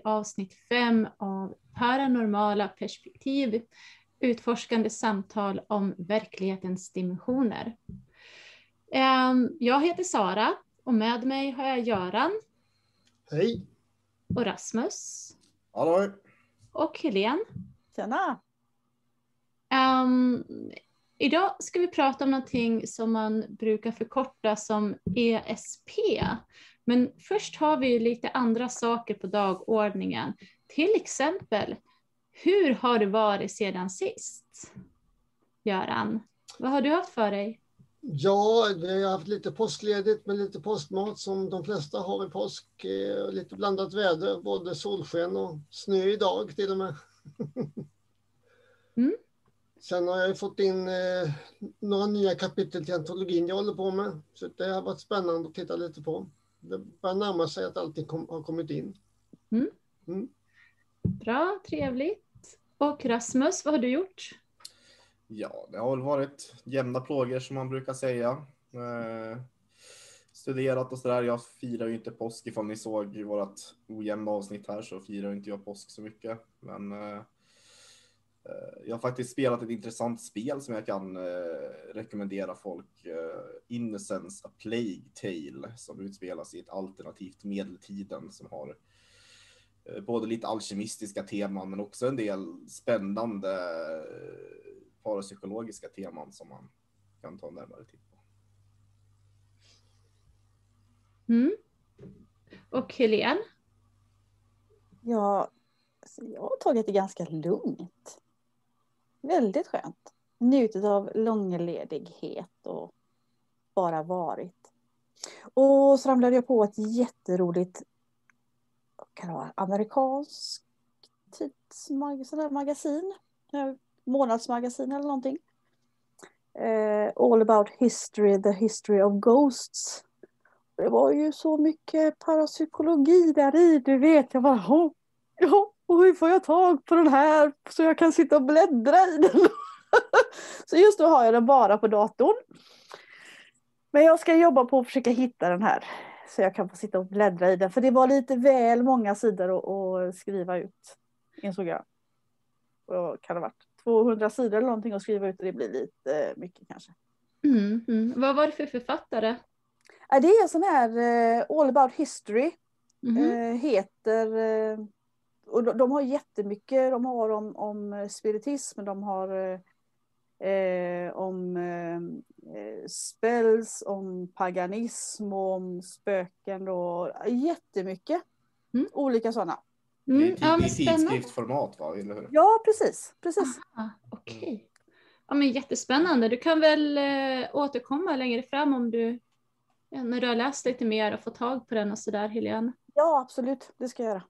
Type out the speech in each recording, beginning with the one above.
avsnitt 5 av Paranormala perspektiv, utforskande samtal om verklighetens dimensioner. Jag heter Sara och med mig har jag Göran. Hej. Och Rasmus. Hallå. Och Helene. Tjena. Idag ska vi prata om någonting som man brukar förkorta som ESP. Men först har vi lite andra saker på dagordningen. Till exempel, hur har det varit sedan sist? Göran, vad har du haft för dig? Ja, vi har haft lite påskledigt med lite påskmat som de flesta har i påsk. Lite blandat väder, både solsken och snö idag till och med. Mm. Sen har jag fått in några nya kapitel till antologin jag håller på med. Så det har varit spännande att titta lite på. Det börjar närma sig att allting har kommit in. Mm. Mm. Bra, trevligt. Och Rasmus, vad har du gjort? Ja, det har väl varit jämna plågor som man brukar säga. Studerat och sådär. Jag firar ju inte påsk, ifall ni såg i vårt ojämna avsnitt här så firar inte jag påsk så mycket. Men jag har faktiskt spelat ett intressant spel som jag kan rekommendera folk. Innocence, A Plague Tale, som utspelas i ett alternativt medeltiden som har både lite alkemistiska teman men också en del spännande parapsykologiska teman som man kan ta närmare titt på. Mm. Och Helene? Ja, jag har tagit det ganska lugnt. Väldigt skönt. Njutit av långledighet och bara varit. Och så ramlade jag på ett jätteroligt amerikanskt tidsmagasin. Månadsmagasin eller någonting. All about history, the history of ghosts. Det var ju så mycket parapsykologi där i, du vet. Jag bara, hur får jag tag på den här så jag kan sitta och bläddra i den? Så just då har jag den bara på datorn. Men jag ska jobba på att försöka hitta den här så jag kan få sitta och bläddra i den. För det var lite väl många sidor att skriva ut, insåg jag. Och kan det ha varit 200 sidor eller någonting att skriva ut och det blir lite mycket kanske. Vad var det för författare? Det är en sån här All about history. Heter... Och de har jättemycket. De har om spiritism. De har om spells, om paganism, om spöken. Och jättemycket. Olika sådana. Det är tidsskriftformat, va? Eller hur? Ja, precis. Okej. Ja, men jättespännande. Du kan väl återkomma längre fram om du när du har läst lite mer och fått tag på den och sådär, Helene. Ja, absolut. Det ska jag göra.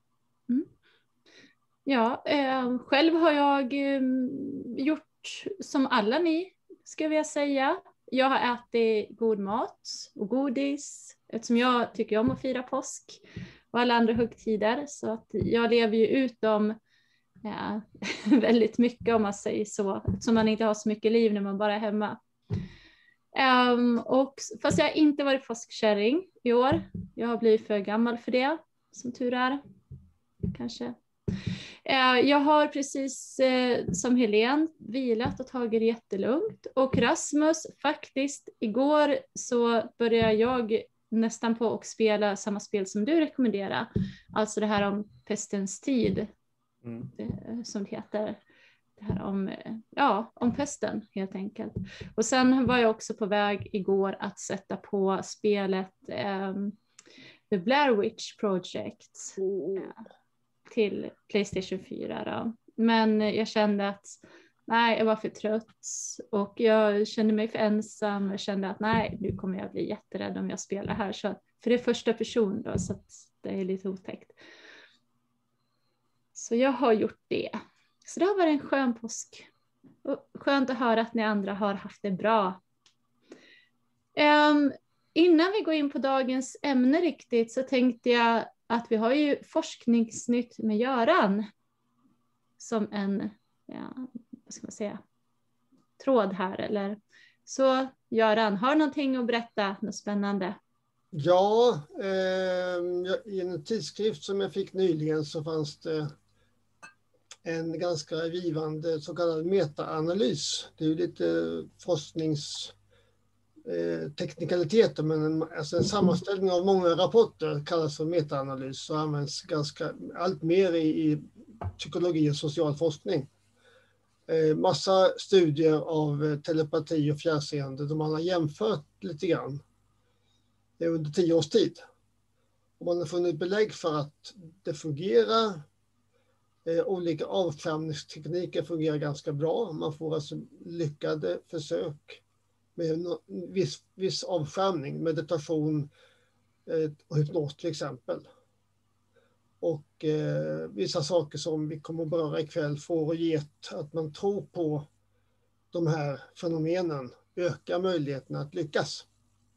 Ja, själv har jag gjort som alla ni, ska jag säga. Jag har ätit god mat och godis eftersom jag tycker om att fira påsk och alla andra högtider. Så att jag lever ju ut dem väldigt mycket om man säger så. Eftersom man inte har så mycket liv när man bara är hemma. Och fast jag har inte varit påskkärring i år. Jag har blivit för gammal för det, som tur är. Kanske. Jag har precis som Helene vilat och tagit det jättelugnt. Och Rasmus, faktiskt igår så började jag nästan på att spela samma spel som du rekommenderar. Alltså det här om pestens tid. Som det heter. Det här om pesten helt enkelt. Och sen var jag också på väg igår att sätta på spelet The Blair Witch Project till PlayStation 4 då. Men jag kände att nej, jag var för trött och jag kände mig för ensam. Jag kände att nej, nu kommer jag bli jätterädd om jag spelar här. Så, för det är första person då, så att det är lite otäckt. Så jag har gjort det. Så det har varit en skön påsk. Och skönt att höra att ni andra har haft det bra. Innan vi går in på dagens ämne riktigt så tänkte jag att vi har ju forskningsnytt med Göran. Som en, vad ska man säga, tråd här. Eller? Så Göran, har någonting att berätta? Något spännande? Ja, i en tidskrift som jag fick nyligen så fanns det en ganska givande så kallad metaanalys. Det är ju lite forskningsteknikaliteter, men alltså en sammanställning av många rapporter kallas för metaanalys och används ganska allt mer i psykologi och social forskning. Massa studier av telepati och fjärrseende där man har jämfört lite grann under 10 års tid. Och man har funnit belägg för att det fungerar. Olika avskärmningstekniker fungerar ganska bra. Man får alltså lyckade försök med viss avskärmning, meditation och hypnos till exempel. Och vissa saker som vi kommer att beröra ikväll får gett att man tror på de här fenomenen ökar möjligheten att lyckas.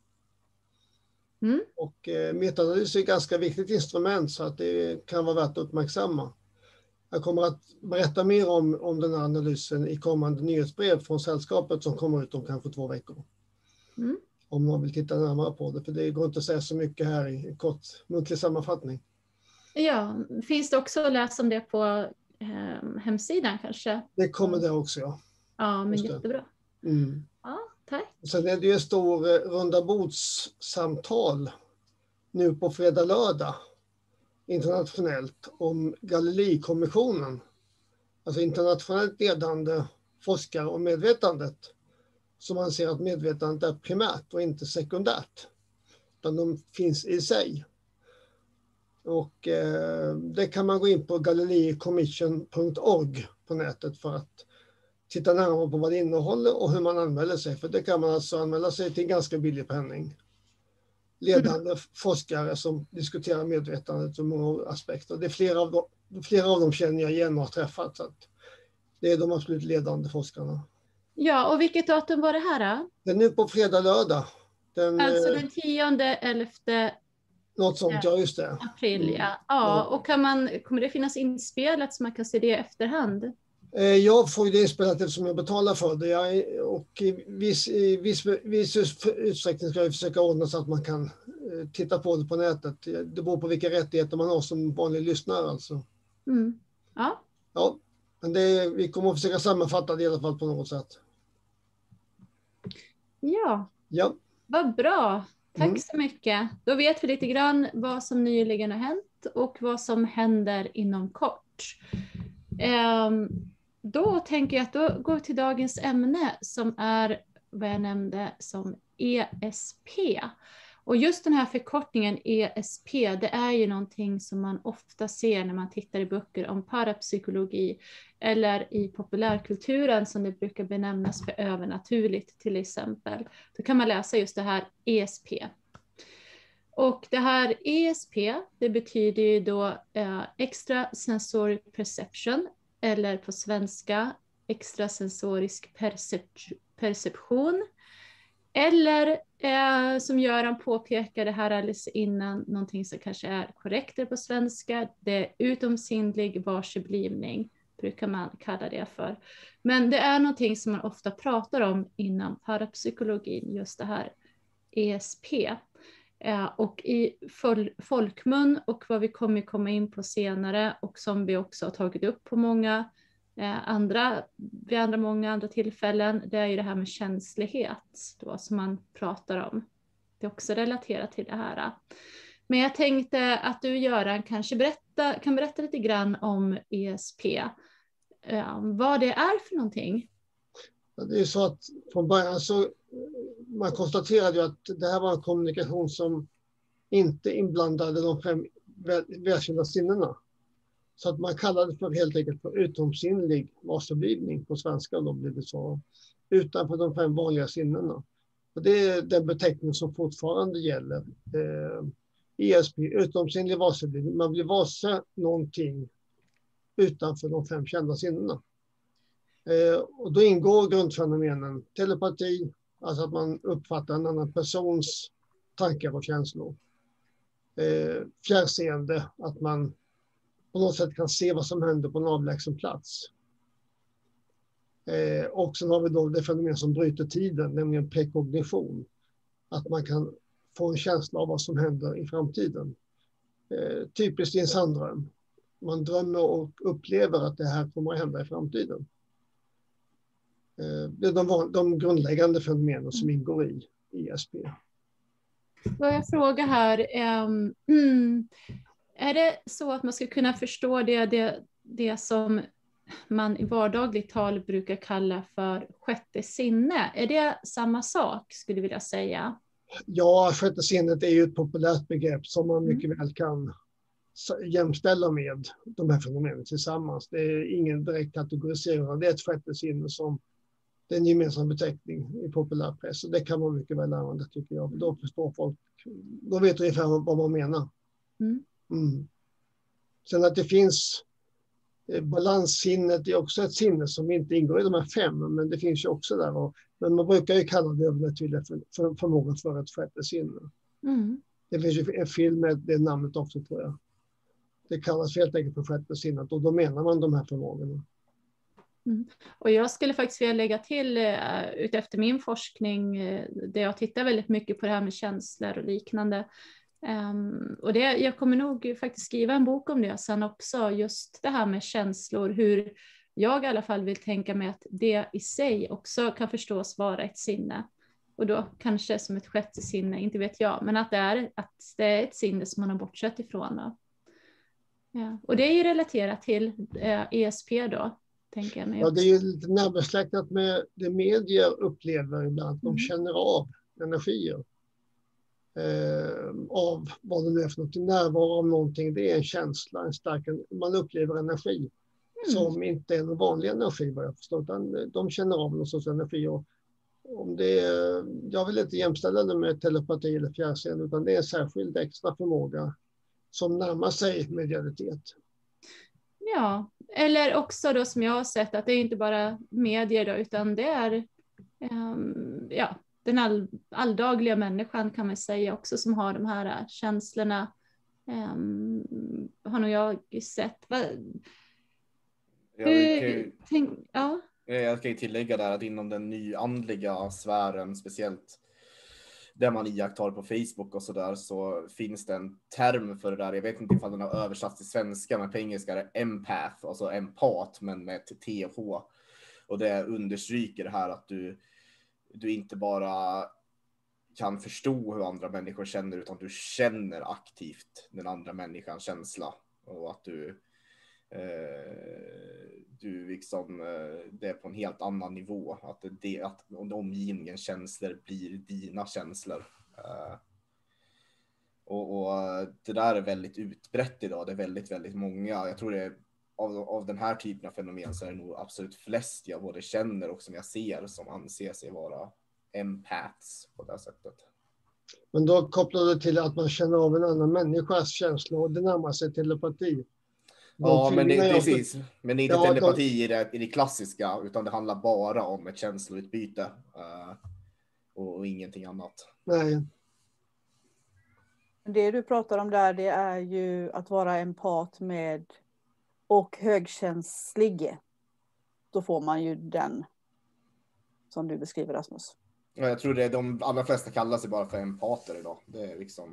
Mm. Och metaanalys är ett ganska viktigt instrument så att det kan vara värt att uppmärksamma. Jag kommer att berätta mer om den här analysen i kommande nyhetsbrev från sällskapet som kommer ut om kanske 2 veckor. Mm. Om man vill titta närmare på det, för det går inte att säga så mycket här i en kort muntlig sammanfattning. Ja, finns det också att läsa om det på hemsidan kanske? Det kommer det också, ja. Ja, men Just det. jättebra. Mm. Ja, tack. Sen är det ju en stor rundabordssamtal nu på fredag, lördag internationellt om Galilei-kommissionen. Alltså internationellt ledande forskare om medvetandet som anser att medvetandet är primärt och inte sekundärt. Utan de finns i sig. Och det kan man gå in på galileicommission.org på nätet för att titta närmare på vad det innehåller och hur man anmäler sig. För det kan man alltså anmäla sig till en ganska billig penning. Ledande forskare som diskuterar medvetandet ur många aspekter. Det är flera av dem känner jag igen och har träffat. Så att det är de absolut ledande forskarna. Ja, och vilket datum var det här då? Det är nu på fredag, lördag. Alltså den 10-11 något sånt, ja just det. april. Ja, ja. Och kommer det finnas inspelat så man kan se det i efterhand? Jag får ju det inspelat eftersom jag betalar för det. Och i viss utsträckning ska jag försöka ordna så att man kan titta på det på nätet. Det beror på vilka rättigheter man har som vanlig lyssnare alltså. Mm. Ja. Ja, men vi kommer att försöka sammanfatta det i alla fall på något sätt. Ja, Ja. vad bra. Tack så mycket. Då vet vi lite grann vad som nyligen har hänt och vad som händer inom kort. Då tänker jag att då går vi till dagens ämne som är vad jag nämnde som ESP. Och just den här förkortningen ESP, det är ju någonting som man ofta ser när man tittar i böcker om parapsykologi eller i populärkulturen som det brukar benämnas för övernaturligt till exempel. Då kan man läsa just det här ESP. Och det här ESP, det betyder ju då extrasensory perception eller på svenska extrasensorisk perception. Eller som Göran påpekade här alldeles innan, någonting som kanske är korrektare på svenska, det är utomsinnlig varseblivning, brukar man kalla det för. Men det är någonting som man ofta pratar om inom parapsykologin, just det här ESP. Och i folkmun och vad vi kommer komma in på senare och som vi också har tagit upp på många andra tillfällen, det är ju det här med känslighet då, som man pratar om. Det är också relaterat till det här. Men jag tänkte att du, Göran, kanske kan berätta lite grann om ESP. Vad det är för någonting. Det är så att från början så man konstaterade ju att det här var en kommunikation som inte inblandade de 5 välkända sinnena. Så att man kallade det för helt enkelt för utomsinnlig varseblivning på svenska, då blir det så, utanför de 5 vanliga sinnena. Och det är den beteckning som fortfarande gäller. ESP, utomsinnlig varseblivning. Man blir varse någonting utanför de 5 kända sinnena. Och då ingår grundfenomenen telepati, alltså att man uppfattar en annan persons tankar och känslor. Fjärrseende, att man på något sätt kan se vad som händer på en avlägsen plats. Och sen har vi då det fenomen som bryter tiden, nämligen prekognition. Att man kan få en känsla av vad som händer i framtiden. Typiskt i en sanndröm. Man drömmer och upplever att det här kommer att hända i framtiden. Det är de grundläggande fenomenen som ingår i ESP. Vad jag frågar här, är det så att man ska kunna förstå det som man i vardagligt tal brukar kalla för sjätte sinne? Är det samma sak, skulle jag vilja säga? Ja, sjätte sinnet är ju ett populärt begrepp som man mycket väl kan jämställa med de här fenomenen tillsammans. Det är ingen direkt kategorisering. Det är ett sjätte sinne som det är en gemensam beteckning i populärpress. Det kan man mycket väl använda, tycker jag. Då förstår folk, då vet ungefär vad man menar. Sen att det finns balanssinnet är också ett sinne som inte ingår i de här 5, men det finns ju också där. Men man brukar ju kalla det övernaturliga förmågan för ett sjätte sinne. Det finns ju en film med det namnet också, tror jag. Det kallas helt enkelt för sjätte sinnet och då menar man de här förmågorna. Och jag skulle faktiskt vilja lägga till utefter min forskning där jag tittar väldigt mycket på det här med känslor och liknande. Och jag kommer nog faktiskt skriva en bok om det sen också, just det här med känslor, hur jag i alla fall vill tänka mig att det i sig också kan förstås vara ett sinne. Och då kanske som ett sjätte sinne, inte vet jag, men att det är ett sinne som man har bortsett ifrån. Då. Ja. Och det är ju relaterat till ESP då. Ja, det är ju lite närbesläktat med det medier upplever ibland. De känner av energier. Av vad det nu är för något. Närvaro av någonting, det är en känsla, man upplever energi som inte är en vanlig energi, vad jag förstår. Utan de känner av någon sorts energi. Och om jag vill inte jämställa det med telepati eller fjärrseende, utan det är en särskild extra förmåga som närmar sig medialitet. Ja, eller också då som jag har sett att det är inte bara medier då, utan det är den alldagliga människan kan man säga också som har de här känslorna. Har nog jag sett. Jag kan ju tillägga där att inom den nyandliga sfären, speciellt där man iakttar på Facebook och sådär, så finns det en term för det där. Jag vet inte ifall den har översatts till svenska, men på engelska är det empath, alltså empat, men med ett TH. Och det understryker det här att du inte bara kan förstå hur andra människor känner, utan du känner aktivt den andra människans känsla. Och att du liksom, det är på en helt annan nivå. Att omgivningens känslor blir dina känslor. Och det där är väldigt utbrett idag. Det är väldigt, väldigt många. Jag tror det är av den här typen av fenomen så är det nog absolut flest jag både känner och som jag ser som anser sig vara empaths på det sättet. Men då kopplar du till att man känner av en annan människas känslor och det närmar sig telepati. Ja, men precis. Men det är inte telepati i det klassiska, utan det handlar bara om ett känsloutbyte och ingenting annat. Nej. Det du pratar om där, det är ju att vara empat med och högkänslig. Då får man ju den som du beskriver, Rasmus. Ja, jag tror det är de allra flesta kallar sig bara för empater idag. Det är liksom...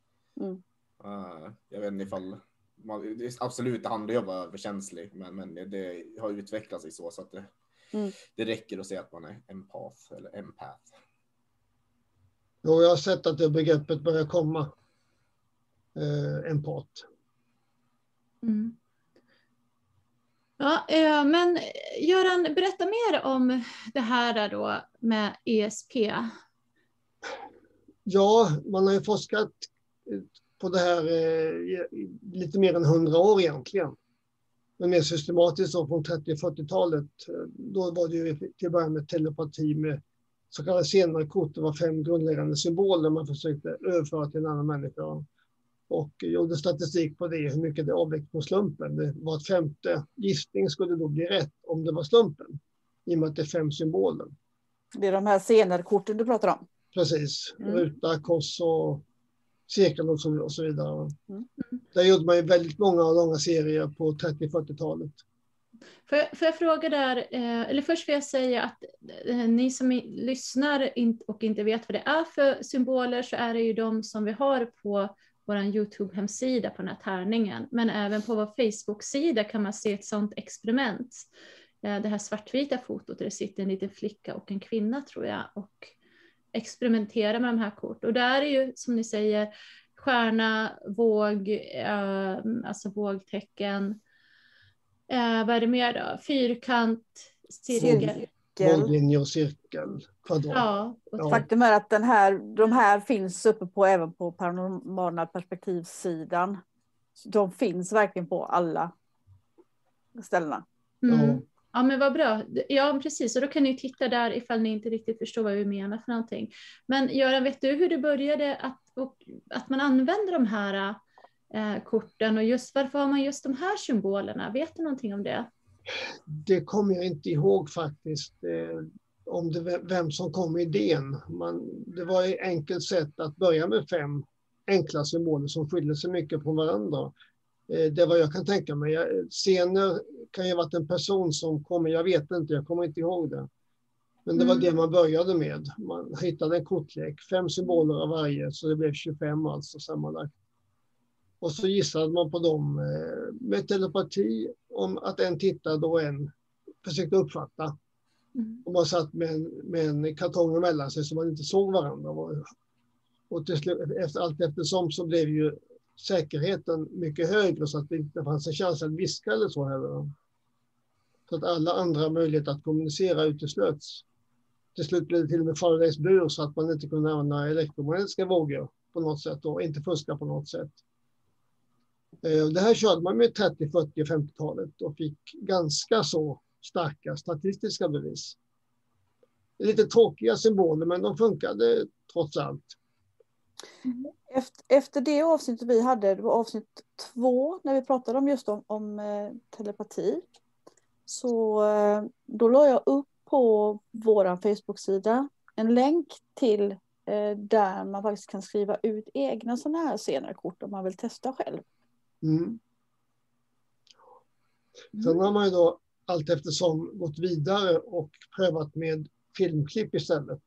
jag vet inte ifall... Absolut, det handlar ju om att vara överkänslig, men det har utvecklat sig så att det räcker att säga att man är empath eller empath. Jo, jag har sett att det begreppet börjar komma. Empat. Ja, men Göran, berätta mer om det här då med ESP. Ja, man har ju forskat på det här lite mer än 100 år egentligen. Men mer systematiskt så från 30- och 40-talet. Då var det ju till att börja med telepati med så kallade senare kort. Det var 5 grundläggande symboler man försökte överföra till en annan människa. Och gjorde statistik på det, hur mycket det avvägt på slumpen. Det var att 5:e gissning skulle då bli rätt om det var slumpen. I och med att det är 5 symboler. Det är de här senare korten du pratar om. Precis. Ruta, kors och cirkel och så vidare. Där gjorde man ju väldigt många och långa serier på 30-40-talet. Får jag fråga där, eller först vill jag säga att ni som lyssnar och inte vet vad det är för symboler, så är det ju de som vi har på vår YouTube-hemsida på den här tärningen. Men även på vår Facebook-sida kan man se ett sådant experiment. Det här svartvita fotot där det sitter en liten flicka och en kvinna, tror jag, och experimenterar med de här kort. Och där är ju, som ni säger, stjärna, våg, alltså vågtecken. Vad är det mer då? Fyrkant, cirkel. Bolllinje och cirkel, kvadrat. Ja, Ja. Faktum är att de här finns uppe på även på paranormala perspektivsidan. De finns verkligen på alla ställena. Mm. Ja, men vad bra. Ja, precis. Och då kan ni titta där ifall ni inte riktigt förstår vad vi menar för någonting. Men Göran, vet du hur det började att man använder de här korten, och just varför har man just de här symbolerna? Vet du någonting om det? Det kommer jag inte ihåg faktiskt, om vem som kom med idén. Det var ett enkelt sätt att börja med 5 enkla symboler som skiljer sig mycket från varandra. Det var jag kan tänka mig. Senare kan ju ha varit en person som kommer, jag vet inte, jag kommer inte ihåg det. Men det var det man började med. Man hittade en kortlek, 5 symboler av varje, så det blev 25 alltså sammanlagt. Och så gissade man på dem med telepati, om att en tittade och en försökte uppfatta. Och man satt med en kartong emellan sig så man inte såg varandra. Och till slut, eftersom så blev ju säkerheten mycket högre, så att det inte fanns en chans att viska eller så heller. Så att alla andra möjligheter att kommunicera uteslöts. Till slut blev det till och med Faradays bur, så att man inte kunde använda elektromagnetiska vågor på något sätt och inte fuska på något sätt. Det här körde man med 30, 40 och 50-talet och fick ganska så starka statistiska bevis. Lite tråkiga symboler, men de funkade trots allt. Efter det avsnittet vi hade, det var avsnitt 2, när vi pratade om just om telepati. Så då la jag upp på vår Facebook-sida en länk till där man faktiskt kan skriva ut egna sådana här senare kort om man vill testa själv. Sen har man ju då allt eftersom gått vidare och prövat med filmklipp istället.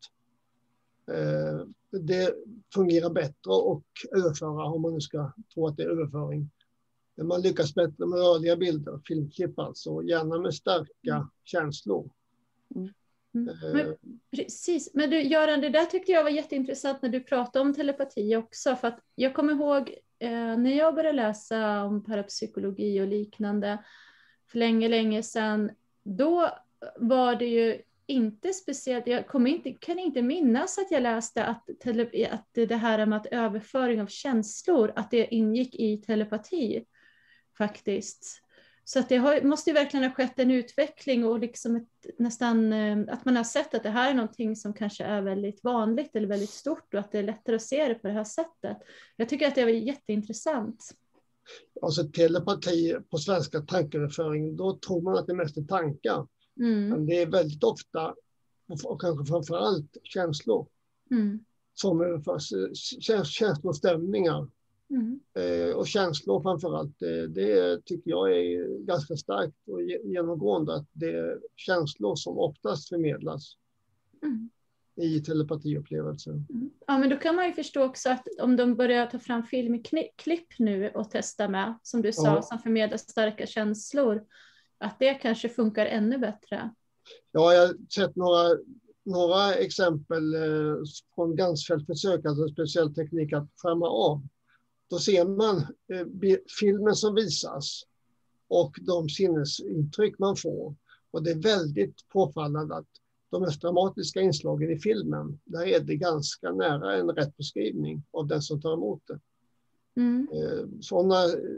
Det fungerar bättre och överföra, om man nu ska tro att det är överföring. Man lyckas bättre med rörliga bilder, filmklipp alltså, gärna med starka känslor. Men, precis, men du Göran, det där tyckte jag var jätteintressant när du pratade om telepati också, för att jag kommer ihåg när jag började läsa om parapsykologi och liknande för länge sedan, då var det ju inte speciellt, jag kan inte minnas att jag läste att det här med att överföring av känslor, att det ingick i telepati faktiskt. Så att det måste ju verkligen ha skett en utveckling och liksom nästan att man har sett att det här är någonting som kanske är väldigt vanligt eller väldigt stort och att det är lättare att se det på det här sättet. Jag tycker att det var jätteintressant. Alltså telepati på svenska, tankeöverföring, då tror man att det mest är tankar. Men det är väldigt ofta, och kanske framförallt känslor som överförs, känslostämningar. Och känslor framförallt, det tycker jag är ganska starkt och genomgående, att det är känslor som oftast förmedlas i telepatiupplevelser. Ja, men då kan man ju förstå också att om de börjar ta fram filmklipp nu och testa med, som du sa, som förmedlar starka känslor, att det kanske funkar ännu bättre. Ja, jag har sett några exempel från Gansfeldt-försök, alltså en speciell teknik att skärma av. Då ser man filmen som visas och de sinnesintryck man får. Och det är väldigt påfallande att de mest dramatiska inslagen i filmen, där är det ganska nära en rätt beskrivning av den som tar emot det. Sådana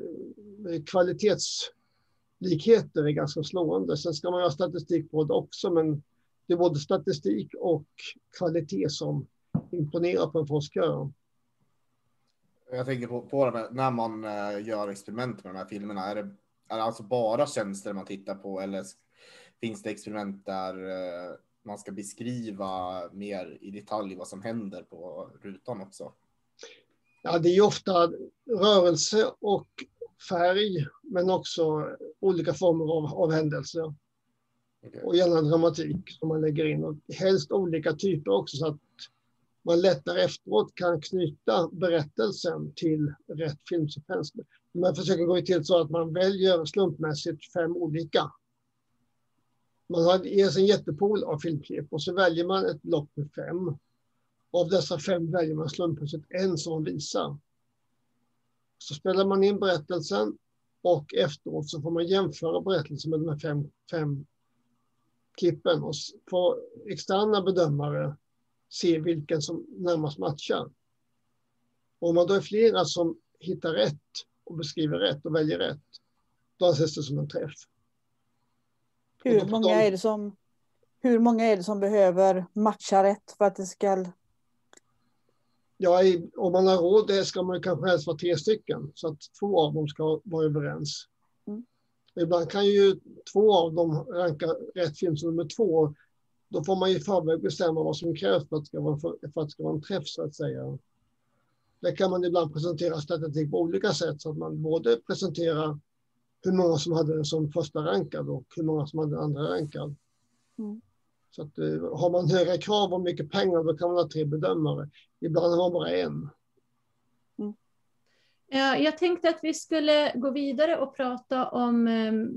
kvalitetslikheter är ganska slående. Sen ska man ha statistik på det också, men det är både statistik och kvalitet som imponerar på en forskare. Jag tänker på det när man gör experiment med de här filmerna. Är det alltså bara känslor man tittar på, eller finns det experiment där man ska beskriva mer i detalj vad som händer på rutan också? Ja, det är ofta rörelse och färg, men också olika former av händelser. Okej. Och gärna dramatik som man lägger in. Och helst olika typer också, så att man lättare efteråt kan knyta berättelsen till rätt filmsekvens. Man försöker gå till så att man väljer slumpmässigt 5 olika. Man ger en jättepool av filmklipp och så väljer man ett block med 5. Av dessa 5 väljer man slumpmässigt en som man visar. Så spelar man in berättelsen och efteråt så får man jämföra berättelsen med de här 5 klippen och få externa bedömare se vilken som närmast matchar. Och om man då är flera som hittar rätt och beskriver rätt och väljer rätt, då anses det som en träff. Hur många är det som behöver matcha rätt för att det ska... Ja, om man har råd det ska man kanske helst vara 3 stycken, så att 2 av dem ska vara överens. Ibland kan ju 2 av dem ranka rätt film som nummer 2. Då får man i förväg bestämma vad som krävs för att det ska vara en träff, så att säga. Det kan man ibland presentera statistik på olika sätt, så att man både presenterar hur många som hade den som första rankad och hur många som hade andra rankad. Så att, har man högre krav och mycket pengar, då kan man ha 3 bedömare. Ibland har man bara 1. Jag tänkte att vi skulle gå vidare och prata om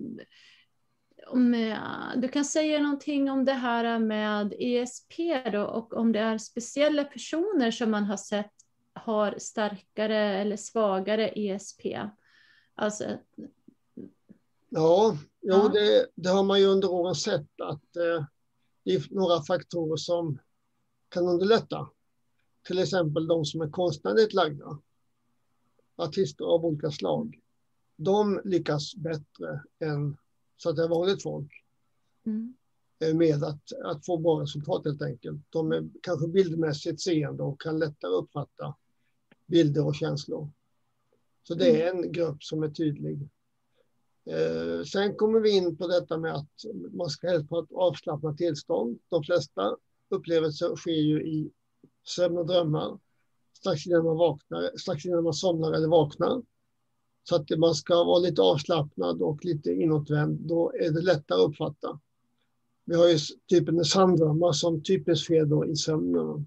du kan säga någonting om det här med ESP då, och om det är speciella personer som man har sett har starkare eller svagare ESP. Alltså... Ja. Det har man ju under åren sett att det är några faktorer som kan underlätta. Till exempel de som är konstnärligt lagda. Artister av olika slag. De lyckas bättre än så att det är vanligt folk. Med att få bra resultat helt enkelt. De är kanske bildmässigt seende och kan lättare uppfatta bilder och känslor. Så det är en grupp som är tydlig. Sen kommer vi in på detta med att man ska helst ha ett avslappnat tillstånd. De flesta upplevelser sker ju i sömn och drömmar. Strax innan man vaknar, strax innan man somnar eller vaknar. Så att man ska vara lite avslappnad och lite inåtvänd. Då är det lättare att uppfatta. Vi har ju typen av sanddrömmar som typiskt sker då i sömnen.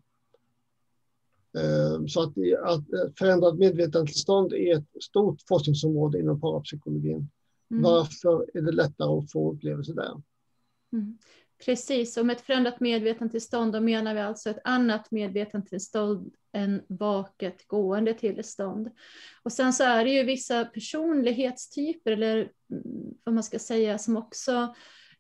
Så att förändrat medvetandetillstånd är ett stort forskningsområde inom parapsykologin. Varför är det lättare att få upplevelser där? Precis, och med ett förändrat medvetandetillstånd då menar vi alltså ett annat medvetandetillstånd än vaket gående tillstånd. Och sen så är det ju vissa personlighetstyper eller vad man ska säga som också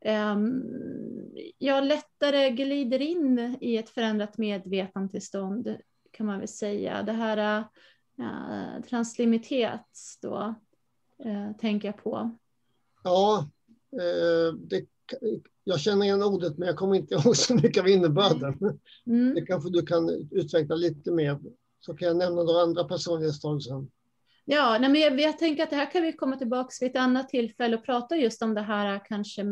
lättare glider in i ett förändrat medvetandetillstånd kan man väl säga. Det här translimitet då tänker jag på. Ja, jag känner igen ordet men jag kommer inte ihåg så mycket av innebörden. Det kanske du kan utveckla lite mer. Så kan jag nämna några andra personlighetsdrag sen. Ja, men jag tänker att det här kan vi komma tillbaka vid ett annat tillfälle och prata just om det här kanske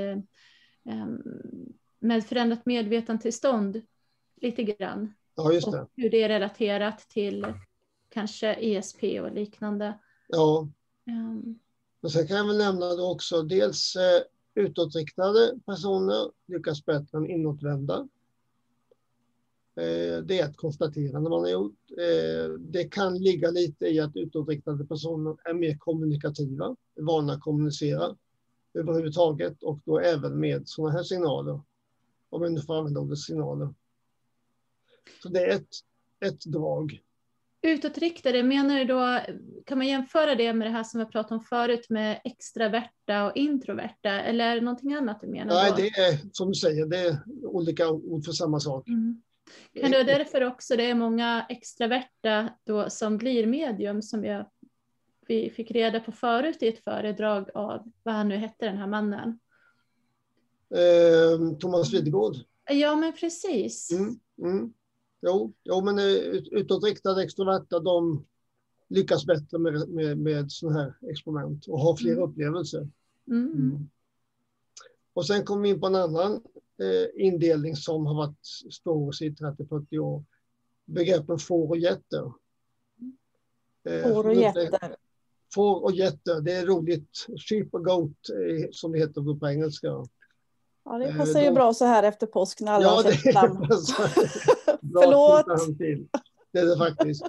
med förändrat medvetandetillstånd lite grann. Ja, just det. Och hur det är relaterat till kanske ESP och liknande. Ja. Men sen kan jag väl nämna då också dels utåtriktade personer lyckas bättre än inåtvända. Det är ett konstaterande man har gjort. Det kan ligga lite i att utåtriktade personer är mer kommunikativa, är vana att kommunicera överhuvudtaget och då även med sådana här signaler. Om man nu får använda ordet signaler. Så det är ett drag. Utåtriktade, menar du då, kan man jämföra det med det här som vi pratade om förut med extraverta och introverta eller är det någonting annat du menar? Nej, då? det är som du säger, det är olika ord för samma sak. Kan det därför också det är många extraverta då som blir medium som vi fick reda på förut i ett föredrag av, vad han nu hette den här mannen? Thomas Widegård. Ja, men precis. Jo, men utåtriktade extroverta, de lyckas bättre med sådana här experiment och har fler upplevelser. Och sen kommer vi in på en annan indelning som har varit stor i 30-40 år. Begreppen får och getter. Får och getter. får och getter, det är roligt. Sheep och goat som det heter på engelska. Ja, det passar ju bra så här efter påsk när alla har det sett namn. bra. Förlåt. Det är det faktiskt.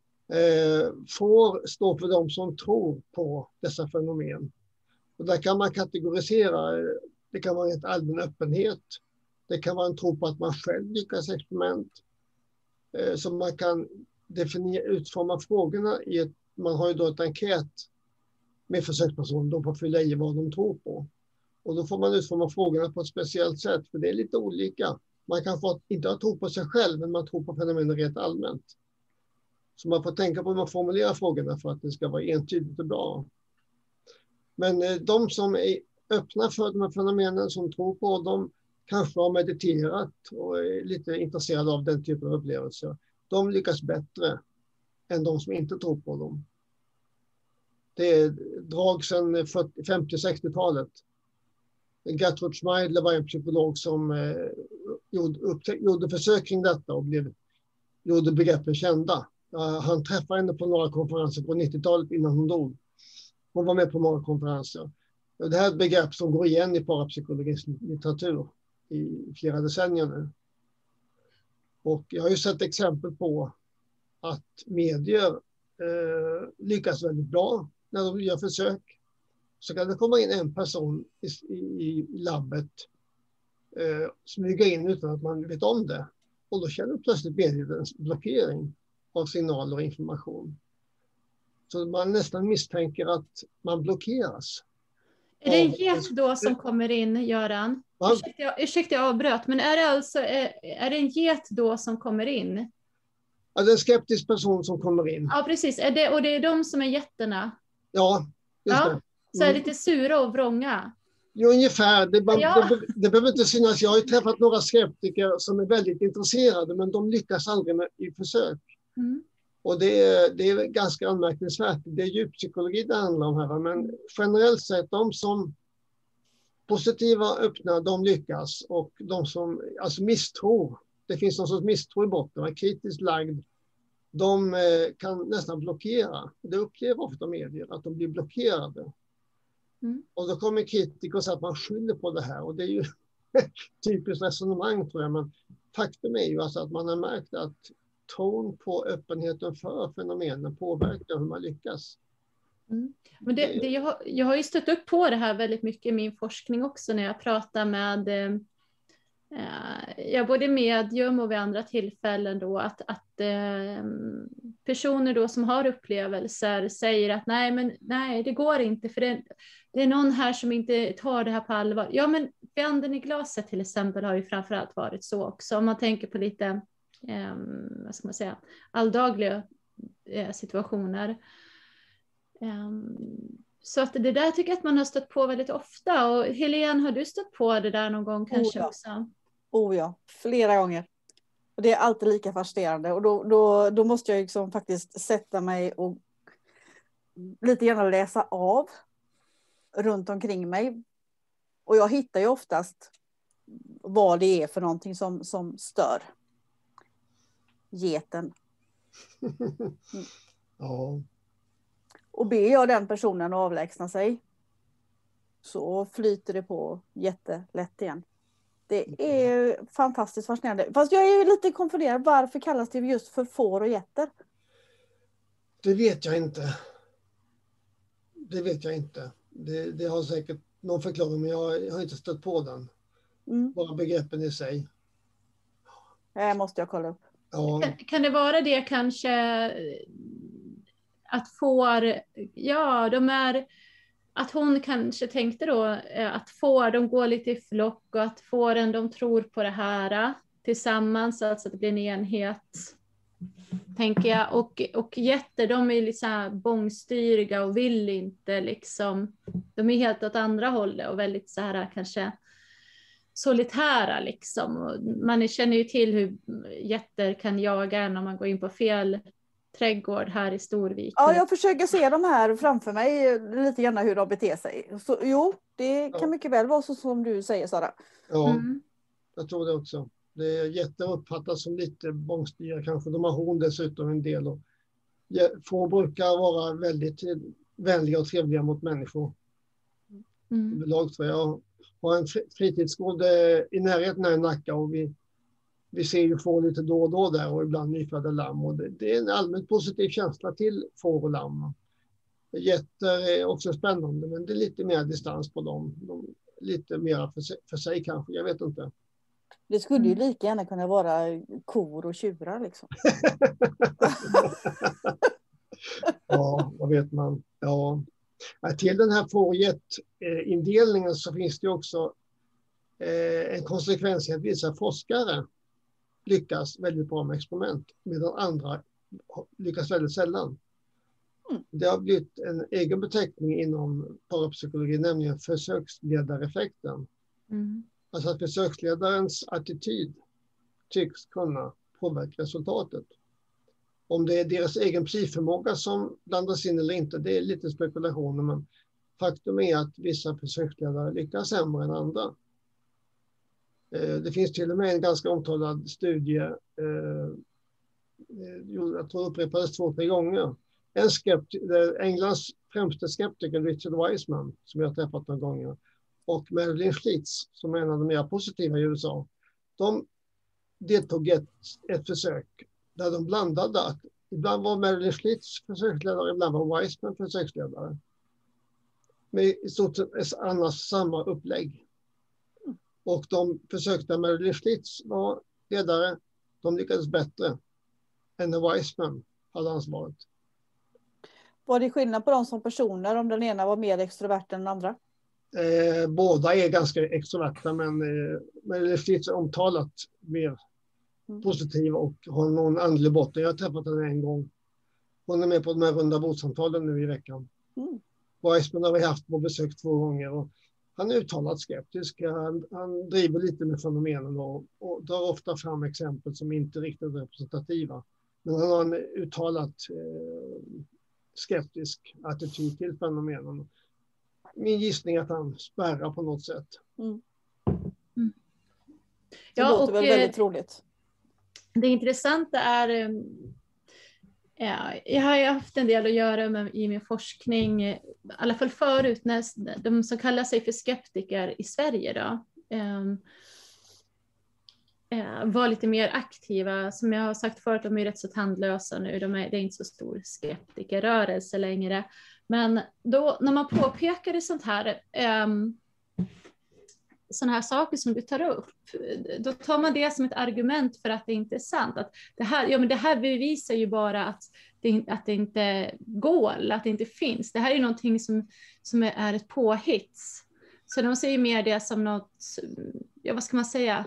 Får stå för de som tror på dessa fenomen. Och där kan man kategorisera. Det kan vara en allmän öppenhet. Det kan vara en tro på att man själv lyckas experiment. Så man kan utforma frågorna i ett, man har ju då ett enkät med försökspersoner, de får fylla i vad de tror på. Och då får man utforma frågorna på ett speciellt sätt, för det är lite olika. Man kan inte ha tro på sig själv, men man tror på fenomenet rent allmänt. Så man får tänka på hur man formulerar frågorna för att det ska vara entydigt och bra. Men de som är öppna för de här fenomenen, som tror på dem, kanske har mediterat och är lite intresserade av den typen av upplevelser. De lyckas bättre än de som inte tror på dem. Det är drag sedan 50-60-talet. Gertrud Schmeidler var en psykolog som gjorde försök kring detta och gjorde begreppen kända. Han träffade henne på några konferenser på 90-talet innan hon dog. Hon var med på många konferenser. Det här är ett begrepp som går igen i parapsykologisk litteratur i flera decennier nu. Och jag har ju sett exempel på att medier lyckas väldigt bra när de gör försök. Så kan det komma in en person i labbet, smyga in utan att man vet om det. Och då känner plötsligt medier en blockering av signaler och information. Så man nästan misstänker att man blockeras. Är det en get då som kommer in, Göran? Ursäkta jag avbröt, men är det en get då som kommer in? Ja, det är en skeptisk person som kommer in. Ja, precis. Och det är de som är getterna? Ja, just det. Så är lite sura och vrånga? Jo, ungefär. Det behöver inte synas. Jag har ju träffat några skeptiker som är väldigt intresserade, men de lyckas aldrig i försök. Mm. Och det är ganska anmärkningsvärt. Det är djuppsykologi det handlar om här. Men generellt sett, de som positiva, öppna, de lyckas. Och de som alltså misstror, det finns någon sorts misstro i botten, kritiskt lagd, de kan nästan blockera. Det upplever ofta medier, att de blir blockerade. Mm. Och då kommer kritiker och säger att man skyller på det här. Och det är ju typiskt resonemang, tror jag. Men faktum är ju alltså att man har märkt att tron på öppenheten för fenomenen påverkar hur man lyckas. Mm. Men jag har ju stött upp på det här väldigt mycket i min forskning också när jag pratar med både medium och vid andra tillfällen då att personer då som har upplevelser säger att nej det går inte för det är någon här som inte tar det här på allvar. Ja, men för anden i glaset till exempel har ju framförallt varit så också. Om man tänker på lite vad ska man säga, alldagliga situationer. Så att det där tycker jag att man har stött på väldigt ofta. Och Helene, har du stött på det där någon gång kanske också? Ja, flera gånger. Och det är alltid lika fascinerande. Och då måste jag liksom faktiskt sätta mig och lite grann läsa av runt omkring mig. Och jag hittar ju oftast vad det är för någonting som stör geten. Ja. Och ber jag den personen avlägsna sig så flyter det på jättelätt igen. Det är fantastiskt fascinerande. Fast jag är lite konfunderad. Varför kallas det just för får och getter? Det vet jag inte. Det har säkert någon förklaring, men jag har inte stött på den. Bara begreppen i sig. Det måste jag kolla upp. Ja. Kan det vara det kanske att att hon kanske tänkte då att de går lite i flock och att fåren de tror på det här tillsammans, alltså att det blir en enhet, tänker jag. Och getter, de är lite så här bångstyriga och vill inte liksom, de är helt åt andra hållet och väldigt så här kanske solitära liksom. Och man känner ju till hur getter kan jaga när man går in på fel trädgård här i Storvik. Ja, jag försöker se de här framför mig lite grann hur de beter sig. Så, jo, det kan mycket väl vara så som du säger, Sara. Ja, jag tror det också. Getter uppfattas som lite bångstyriga kanske. De har horn dessutom en del. Och får brukar vara väldigt vänliga och trevliga mot människor. Överlag tror jag har en fritidsgård i närheten här i Nacka och vi ser ju får lite då och då där och ibland nyfödda lamm och det är en allmänt positiv känsla till får och lamm. Getter är också spännande men det är lite mer distans på dem. Lite mer för sig kanske, jag vet inte. Det skulle ju lika gärna kunna vara kor och tjurar liksom. Ja, vad vet man. Ja. Till den här får- och gettindelningen så finns det också en konsekvens i att vissa forskare lyckas väldigt bra med experiment medan andra lyckas väldigt sällan. Det har blivit en egen beteckning inom parapsykologi, nämligen försöksledareffekten. Alltså att försöksledarens attityd tycks kunna påverka resultatet. Om det är deras egen psykförmåga som blandas in eller inte, det är lite spekulationer, men faktum är att vissa försöksledare lyckas sämre än andra. Det finns till och med en ganska omtalad studie, jag tror upprepades 2-3 gånger. Englands främste skeptiker Richard Wiseman, som jag har träffat några gånger, och Marilyn Schlitz, som är en av de mer positiva i USA, de deltog i ett försök där de blandade att ibland var Marilyn Schlitz försöksledare, ibland var Wiseman försöksledare. Med i stort sett annars samma upplägg. Och de försök där Marilyn Schlitz var ledare, de lyckades bättre än när Wiseman hade ansvaret. Var det skillnad på dem som personer om den ena var mer extrovert än den andra? Båda är ganska extroverta men Marilyn Schlitz är omtalat mer positiv och har någon andlig botten. Jag har träffat henne en gång. Hon är med på de här runda bordsamtalen nu i veckan. Wiseman har vi haft på besök 2 gånger och han är uttalat skeptisk. Han driver lite med fenomenen och drar ofta fram exempel som inte är riktigt representativa. Men han har en uttalat skeptisk attityd till fenomenen. Min gissning är att han spärrar på något sätt. Det låter väl väldigt troligt. Det intressanta är, jag har ju haft en del att göra med i min forskning, i alla fall förut, när de som kallar sig för skeptiker i Sverige då, var lite mer aktiva. Som jag har sagt förut, de är rätt så tandlösa nu, det är inte så stor skeptikerrörelse längre. Men då när man påpekade sådana här saker som du tar upp, då tar man det som ett argument för att det inte är sant. Att det här bevisar ju bara att det inte går, eller att det inte finns. Det här är ju någonting som är ett påhitt. Så de ser ju mer det som något, vad ska man säga?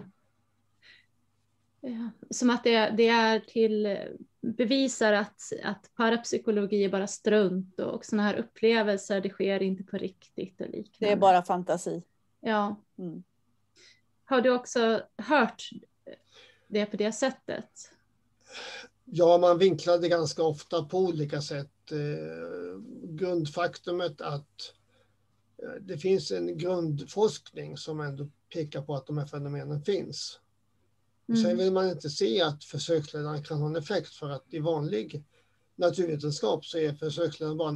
Som att det är till bevisar att parapsykologi är bara strunt och sådana här upplevelser, det sker inte på riktigt och liknande. Det är bara fantasi. Ja. Har du också hört det på det sättet? Ja, man vinklar det ganska ofta på olika sätt. Grundfaktumet att det finns en grundforskning som ändå pekar på att de här fenomenen finns. Sen vill man inte se att försöksledaren kan ha en effekt, för att i vanlig naturvetenskap så är försöksledaren bara en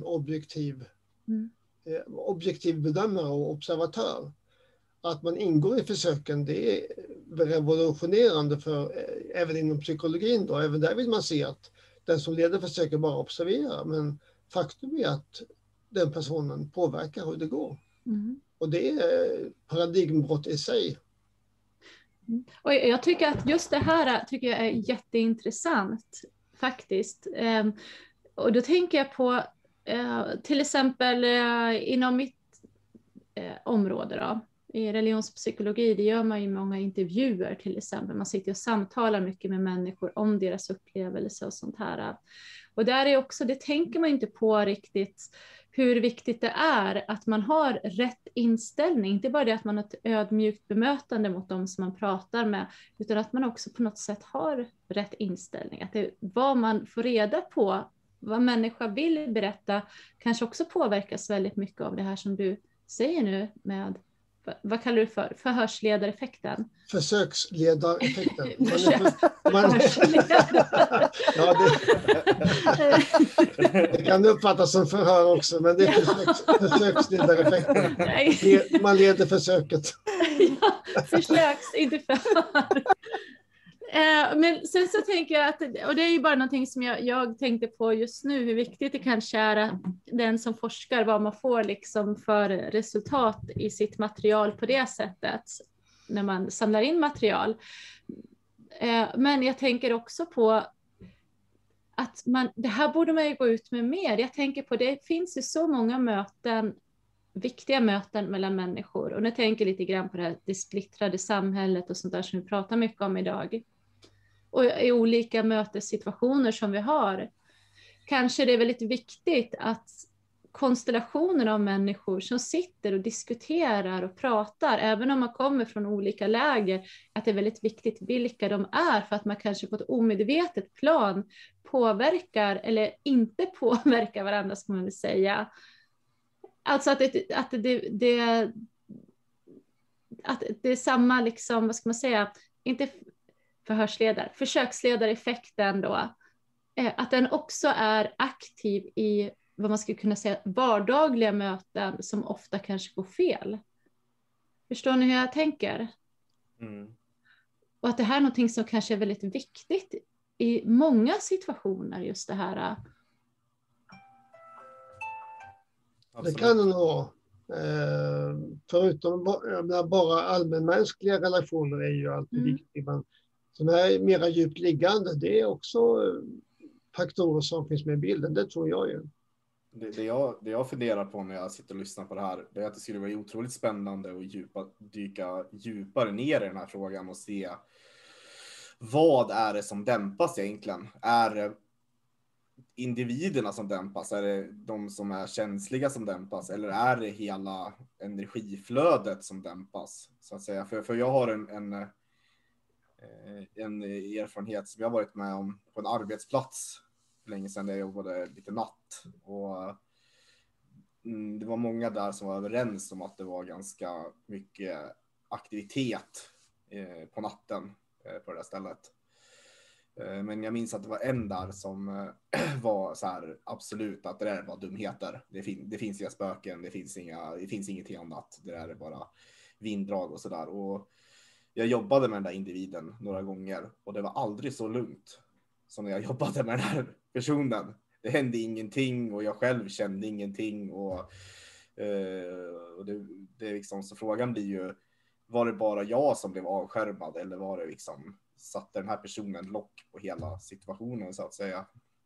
objektiv bedömare och observatör. Att man ingår i försöken, det är revolutionerande för även inom psykologin då. Även där vill man se att den som leder försöker bara observera, men faktum är att den personen påverkar hur det går. Och det är paradigmbrott i sig. Och jag tycker att just det här tycker jag är jätteintressant faktiskt. Och då tänker jag på till exempel inom mitt område då, i religionspsykologi, det gör man ju många intervjuer till exempel. Man sitter och samtalar mycket med människor om deras upplevelser och sånt här. Och där är också, det tänker man inte på riktigt, hur viktigt det är att man har rätt inställning. Inte bara det att man har ett ödmjukt bemötande mot dem som man pratar med, utan att man också på något sätt har rätt inställning. Att vad man får reda på, vad människa vill berätta, kanske också påverkas väldigt mycket av det här som du säger nu med vad kallar du för? Förhörsledareffekten? Försöksledareffekten. Ja, det kan uppfattas som förhör också, men det är försöksledareffekten. Man leder försöket. Ja, försöks, inte förhör. Men sen så tänker jag att, och det är ju bara någonting som jag tänkte på just nu, hur viktigt det kanske är den som forskar, vad man får liksom för resultat i sitt material på det sättet, när man samlar in material. Men jag tänker också på att det här borde man ju gå ut med mer. Jag tänker på, det finns ju så många möten, viktiga möten mellan människor, och nu tänker jag lite grann på det splittrade samhället och sånt där som vi pratar mycket om idag. Och i olika mötessituationer som vi har. Kanske det är väldigt viktigt att konstellationen av människor som sitter och diskuterar och pratar, även om man kommer från olika läger, att det är väldigt viktigt vilka de är, för att man kanske på ett omedvetet plan påverkar eller inte påverkar varandra, ska man väl säga. Alltså att det är samma, liksom, vad ska man säga, inte försöksledareffekten då, att den också är aktiv i vad man skulle kunna säga vardagliga möten som ofta kanske går fel. Förstår ni hur jag tänker? Mm. Och att det här är någonting som kanske är väldigt viktigt i många situationer, just det här. Det kan det nog vara. Förutom bara allmänmänskliga relationer är ju alltid viktigt. Men som är mera djupt liggande, det är också faktorer som finns med i bilden. Det tror jag ju. Det jag funderar på när jag sitter och lyssnar på det här, det är att det skulle vara otroligt spännande att dyka djupare ner i den här frågan och se vad är det som dämpas egentligen. Är det individerna som dämpas? Är det de som är känsliga som dämpas? Eller är det hela energiflödet som dämpas? Så att säga. För jag har en erfarenhet som jag varit med om på en arbetsplats för länge sedan, där jag jobbade lite natt. Och det var många där som var överens om att det var ganska mycket aktivitet på natten på det där stället. Men jag minns att det var en där som var så här, absolut att det där var dumheter. Det finns inga spöken, det finns ingenting annat. Det där är bara vinddrag och sådär. Och jag jobbade med den där individen några gånger och det var aldrig så lugnt som när jag jobbade med den här personen. Det hände ingenting och jag själv kände ingenting. Och det är liksom, så frågan blir ju, var det bara jag som blev avskärmad, eller var det liksom, satte den här personen lock på hela situationen, så att säga?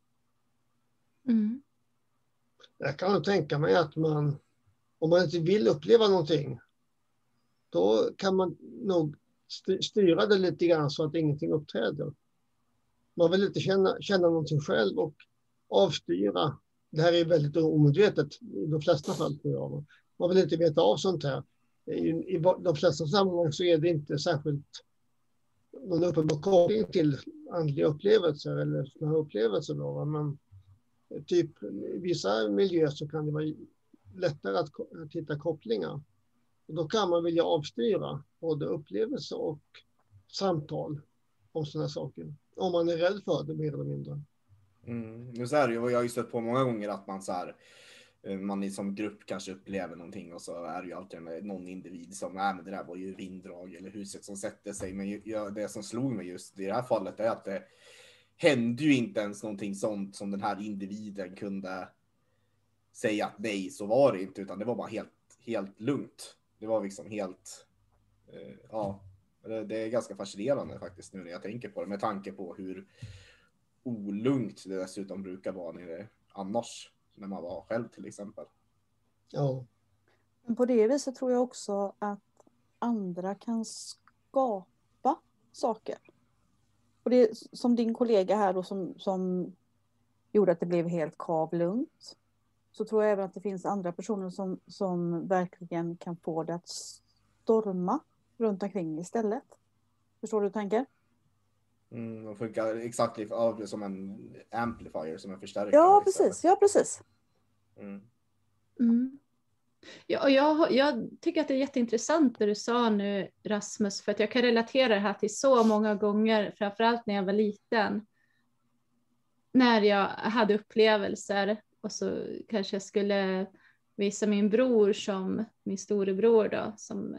Mm. Jag kan nog tänka mig att om man inte vill uppleva någonting, då kan man nog styra det lite grann så att ingenting uppträder. Man vill inte känna någonting själv och avstyra. Det här är väldigt omedvetet i de flesta fall, tror jag. Man vill inte veta av sånt här. I de flesta sammanhang så är det inte särskilt någon uppenbar koppling till andliga upplevelser eller sådana här upplevelser. Då. Men typ i vissa miljöer så kan det vara lättare att hitta kopplingar. Och då kan man vilja avstyra både upplevelser och samtal om sådana saker. Om man är rädd för det, mer eller mindre. Nu så är det ju, jag har ju stött på många gånger att man så här, man som grupp kanske upplever någonting och så är det ju alltid någon individ som, men det där var ju vinddrag eller huset som sätter sig. Men det som slog mig just i det här fallet är att det hände ju inte ens någonting sånt som den här individen kunde säga att nej, så var det inte, utan det var bara helt lugnt. Det var liksom helt, det är ganska fascinerande faktiskt nu när jag tänker på det, med tanke på hur olugnt det dessutom brukar vara annars när man var själv till exempel. Ja. Men på det viset tror jag också att andra kan skapa saker. Och det är som din kollega här då, som gjorde att det blev helt kavlugnt. Så tror jag även att det finns andra personer som verkligen kan få det att storma runt omkring istället. Förstår du tanken? Och funkar exakt som en amplifier, som en förstärkare. Ja, precis. Ja, precis. Mm. Mm. Ja, och jag tycker att det är jätteintressant det du sa nu, Rasmus, för att jag kan relatera det här till så många gånger, framförallt när jag var liten. När jag hade upplevelser och så kanske jag skulle visa min bror, som min storebror då, som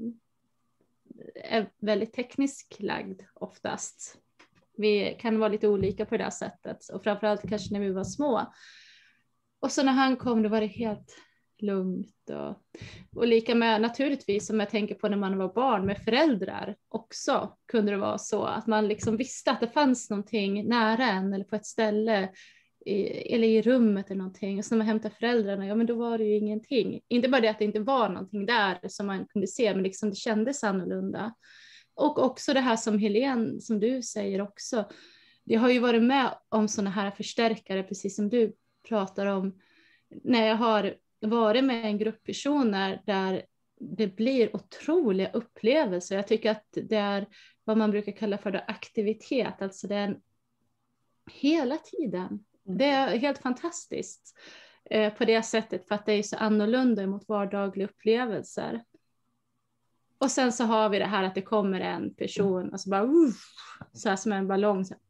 är väldigt tekniskt lagd oftast. Vi kan vara lite olika på det här sättet, och framförallt kanske när vi var små. Och så när han kom, då var det helt lugnt. Och lika med, naturligtvis, som jag tänker på när man var barn med föräldrar också, kunde det vara så att man liksom visste att det fanns någonting nära en eller på ett ställe eller i rummet eller någonting. Och så när man hämtade föräldrarna, ja men då var det ju ingenting. Inte bara det att det inte var någonting där som man kunde se, men liksom det kändes annorlunda. Och också det här som Helene, som du säger också, det har ju varit med om sådana här förstärkare, precis som du pratar om, när jag har varit med en grupp personer där det blir otroliga upplevelser. Jag tycker att det är vad man brukar kalla för aktivitet, alltså det är hela tiden. Det är helt fantastiskt på det sättet, för att det är så annorlunda mot vardagliga upplevelser. Och sen så har vi det här att det kommer en person och så bara så här som en ballong. Så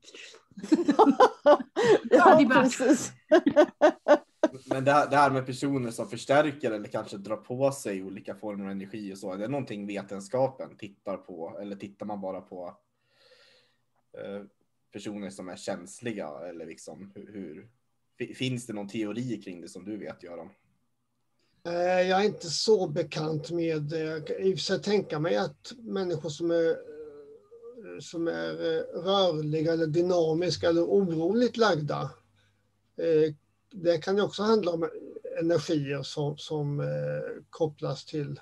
ja, precis. Men det här med personer som förstärker eller kanske drar på sig olika former av energi och så, är det någonting vetenskapen tittar på, eller tittar man bara på personer som är känsliga, eller liksom hur finns det någon teori kring det som du vet, Göran? Jag är inte så bekant med det. Jag kan i och för sig tänka mig att människor som är rörliga eller dynamiska eller oroligt lagda, det kan ju också handla om energier som kopplas till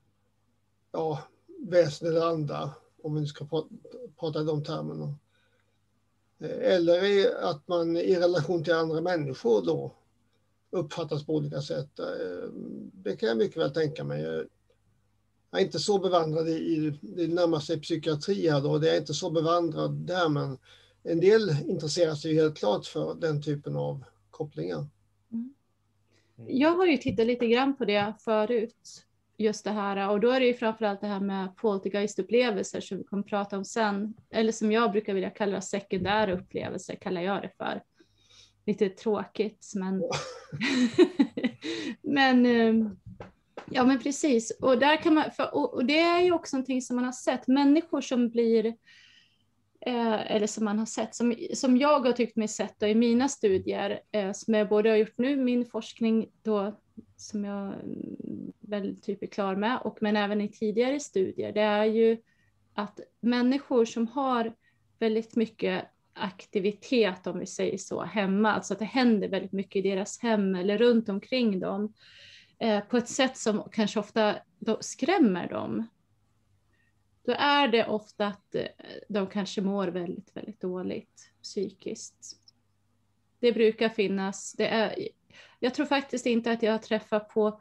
väsen eller anda, om vi nu ska prata i de termerna. Eller att man i relation till andra människor då uppfattas på olika sätt. Det kan jag mycket väl tänka mig. Jag är inte så bevandrad i det närmaste psykiatri här då. Det är inte så bevandrad där, men en del intresserar sig helt klart för den typen av kopplingar. Jag har ju tittat lite grann på det förut, just det här, och då är det ju framförallt det här med poltergeistupplevelser som vi kommer att prata om sen, eller som jag brukar vilja kalla sekundära upplevelser, kallar jag det för. Lite tråkigt, men ja men precis, och där kan man, och det är ju också någonting som man har sett, människor som blir eller som man har sett, som jag har tyckt mig sett då, i mina studier, som jag både har gjort nu, min forskning då, som jag väl typ är klar med, men även i tidigare studier, det är ju att människor som har väldigt mycket aktivitet, om vi säger så, hemma, alltså att det händer väldigt mycket i deras hem eller runt omkring dem, på ett sätt som kanske ofta då skrämmer dem, då är det ofta att de kanske mår väldigt, väldigt dåligt psykiskt. Det brukar finnas, jag tror faktiskt inte att jag har träffat på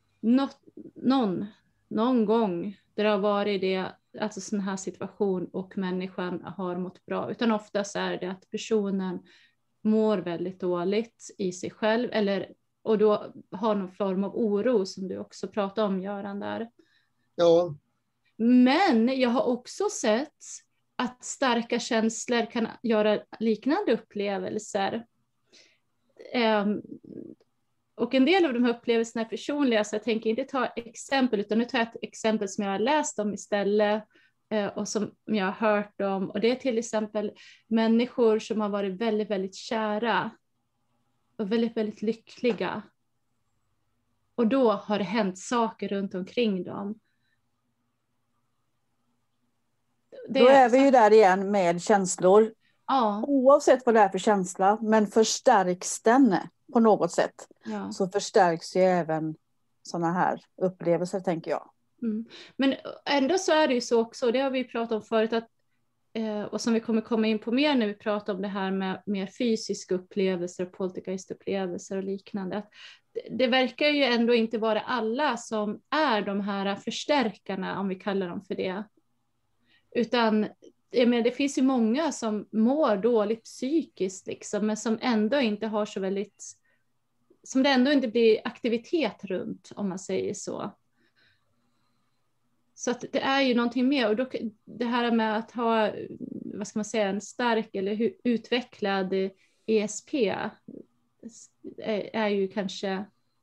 någon gång där det har varit det, alltså sån här situation och människan har mått bra, utan oftast är det att personen mår väldigt dåligt i sig själv, och då har någon form av oro, som du också pratade om, Göran, där. Ja. Men jag har också sett att starka känslor kan göra liknande upplevelser. Och en del av de här upplevelserna är personliga, så jag tänker inte ta exempel, utan nu tar jag ett exempel som jag har läst om istället, och som jag har hört om. Och det är till exempel människor som har varit väldigt, väldigt kära och väldigt, väldigt lyckliga. Och då har det hänt saker runt omkring dem. Då är vi ju där igen med känslor. Ja. Oavsett vad det är för känsla, men förstärks den på något sätt, så förstärks ju även sådana här upplevelser, tänker jag. Men ändå så är det ju så också, det har vi pratat om förut, att, och som vi kommer komma in på mer när vi pratar om det här med mer fysiska upplevelser, poltergeistupplevelser och liknande. Att det verkar ju ändå inte vara alla som är de här förstärkarna, om vi kallar dem för det. Utan det finns ju många som mår dåligt psykiskt, liksom, men som ändå inte har så väldigt som det ändå inte blir aktivitet runt, om man säger så. Så att det är ju någonting mer. Och då, det här med att ha, vad ska man säga, en stark eller utvecklad ESP är ju kanske...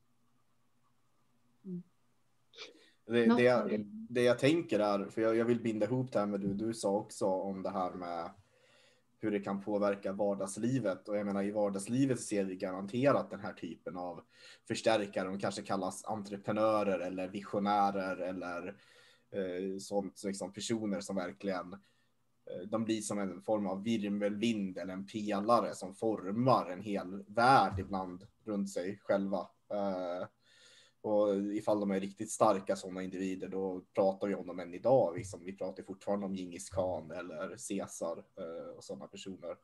Det jag tänker är, för jag vill binda ihop det här med du sa också om det här med hur det kan påverka vardagslivet. Och jag menar, i vardagslivet ser vi garanterat den här typen av förstärkare. De kanske kallas entreprenörer eller visionärer eller sånt, så liksom personer som verkligen de blir som en form av virvelvind eller en pelare som formar en hel värld ibland runt sig själva. Och ifall de är riktigt starka sådana individer, då pratar vi om dem än idag. Liksom, vi pratar fortfarande om Genghis Khan eller Caesar och sådana personer.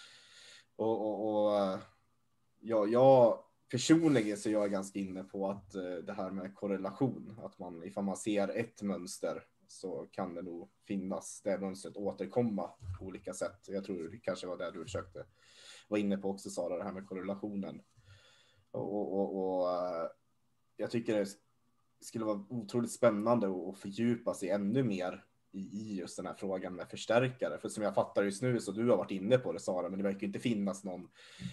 Jag personligen så är jag ganska inne på att det här med korrelation, att man, ifall man ser ett mönster så kan det nog finnas det mönstret återkomma på olika sätt. Jag tror det kanske var det du försökte vara inne på också, Sara, det här med korrelationen. Jag tycker det skulle vara otroligt spännande att fördjupa sig ännu mer i just den här frågan med förstärkare. För som jag fattar just nu, så du har varit inne på det, Sara, men det verkar inte finnas någon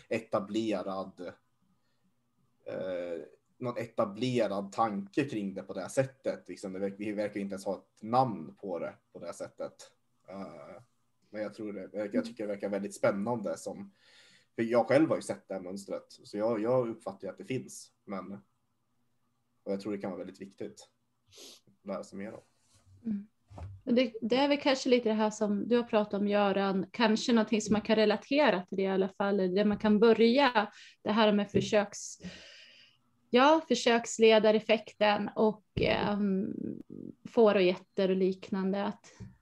etablerad tanke kring det på det här sättet. Liksom, vi verkar inte ens ha ett namn på det på det här sättet. Men jag tycker det verkar väldigt spännande. För jag själv har ju sett det här mönstret, så jag uppfattar ju att det finns. Och jag tror det kan vara väldigt viktigt att lära sig mer om. Mm. Det är väl kanske lite det här som du har pratat om, Göran. Kanske någonting som man kan relatera till det i alla fall. Där man kan börja det här med försöksledareffekten och får och getter och liknande.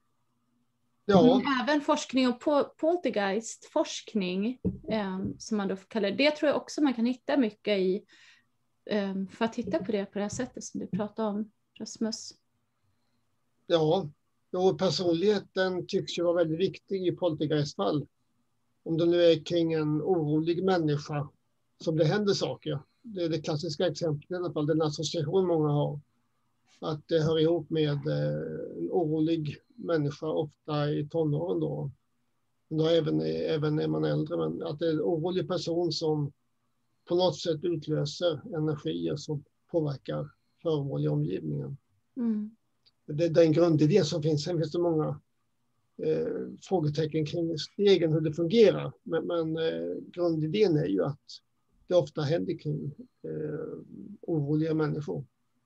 Även forskning och poltergeist-forskning som man då kallar det, tror jag också man kan hitta mycket i för att titta på det här sättet som du pratade om, Rasmus. Ja, personligheten tycks ju vara väldigt viktig i poltergeistfall. Om det nu är kring en orolig människa som det händer saker. Det är det klassiska exemplet i alla fall, den association många har. Att det hör ihop med en orolig människa, ofta i tonåren då. Men då även när man är äldre, men att det är en orolig person som på något sätt utlöser energier som påverkar föremål i omgivningen. Mm. Det är den grundidé som finns. Sen finns det många frågetecken kring stegen, hur det fungerar. Men grundidén är ju att det ofta händer kring oroliga människor.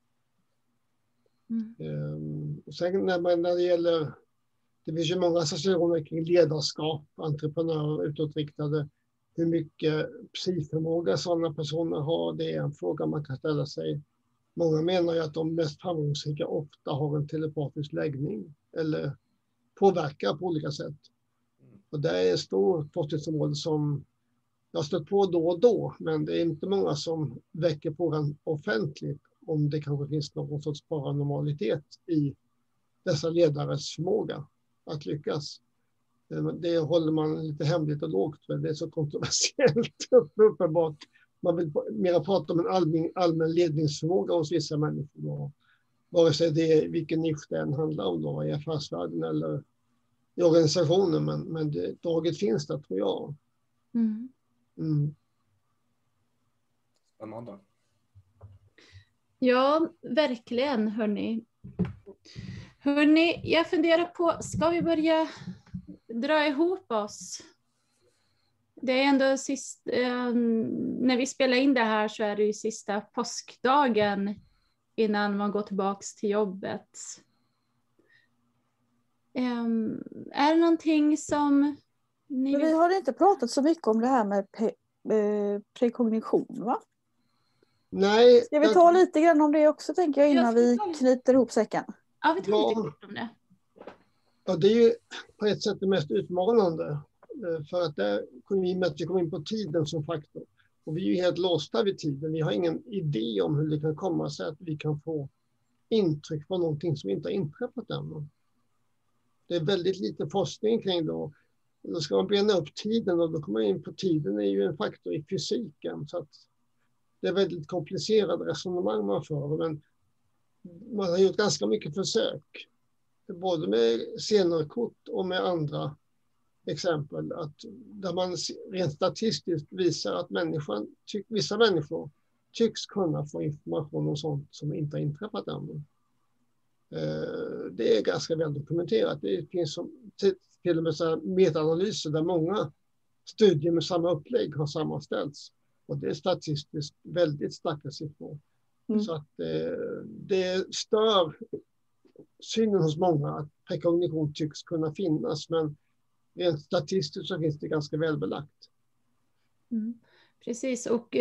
Mm. Och sen när det gäller, det finns ju många associationer kring ledarskap, entreprenörer, utåtriktade. Hur mycket psykförmåga sådana personer har, det är en fråga man kan ställa sig. Många menar ju att de mest framgångsrika ofta har en telepatisk läggning eller påverkar på olika sätt. Och det är ett stort forskningsområde som jag har stött på då och då, men det är inte många som väcker frågan offentligt om det kanske finns någon sorts paranormalitet i dessa ledares förmåga att lyckas. Det håller man lite hemligt och lågt för det är så kontroversiellt uppenbart. Man vill mer prata om en allmän ledningsförmåga hos vissa människor. Vare sig det är vilken nisch det än handlar om då, i affärsvärlden eller i organisationen. Men draget finns där, tror jag. Mm. Mm. Amanda. Ja, verkligen, hörni. Jag funderar på, ska vi börja dra ihop oss? Det är ändå när vi spelar in det här så är det ju sista påskdagen innan man går tillbaks till jobbet. Är det någonting som ni vi har inte pratat så mycket om det här med prekognition, va? Nej. Ska vi ta lite grann om det också, tänker jag, innan vi knyter ihop säcken? Ja, vi tar lite kort om det. Ja, det är ju på ett sätt det mest utmanande. För att vi kommer in på tiden som faktor. Och vi är ju helt låsta vid tiden. Vi har ingen idé om hur det kan komma sig att vi kan få intryck på någonting som inte har inträffat än. Det är väldigt lite forskning kring det. Då ska man bena upp tiden och då kommer man in på tiden är ju en faktor i fysiken. Så att Det är väldigt komplicerade resonemang man för, men man har gjort ganska mycket försök. Både med senare kort och med andra exempel. Där man rent statistiskt visar att vissa människor tycks kunna få information om sånt som inte har inträffat ännu. Det är ganska väl dokumenterat. Det finns till och med så här metaanalyser där många studier med samma upplägg har sammanställts. Och det är statistiskt väldigt starka siffror. Så att det stör synen hos många att prekognition tycks kunna finnas, men rent statistiskt så finns det ganska välbelagt. Precis, och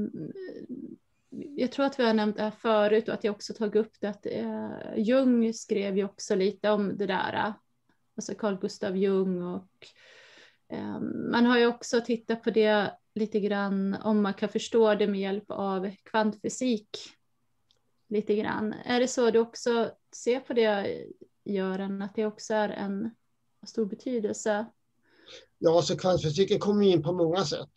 jag tror att vi har nämnt det här förut och att jag också tagit upp det att Jung skrev ju också lite om det där, alltså Carl Gustav Jung, och man har ju också tittat på det lite grann om man kan förstå det med hjälp av kvantfysik lite grann. Är det så du också ser på det, Göran, att det också är en stor betydelse? Ja, alltså kvantfysiken kommer in på många sätt.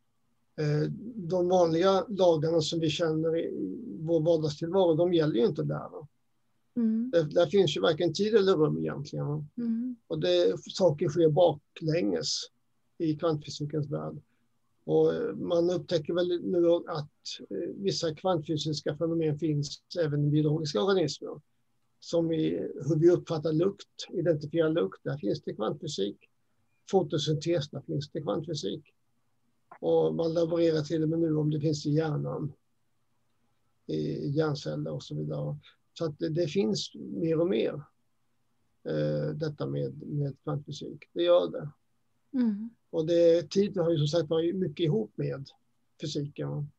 De vanliga lagarna som vi känner i vår vardagstillvaro, de gäller ju inte där. Där finns ju varken tid eller rum egentligen. Och saker sker baklänges i kvantfysikens värld. Och man upptäcker väl nu att vissa kvantfysiska fenomen finns även i biologiska organismer. Som hur vi uppfattar lukt, identifierar lukt, där finns det kvantfysik. Fotosyntes, där finns det kvantfysik. Och man laborerar till och med nu om det finns i hjärnan, i hjärnceller och så vidare. Så att det finns mer och mer detta med kvantfysik. Det gör det. Och tid har ju som sagt varit mycket ihop med fysiken.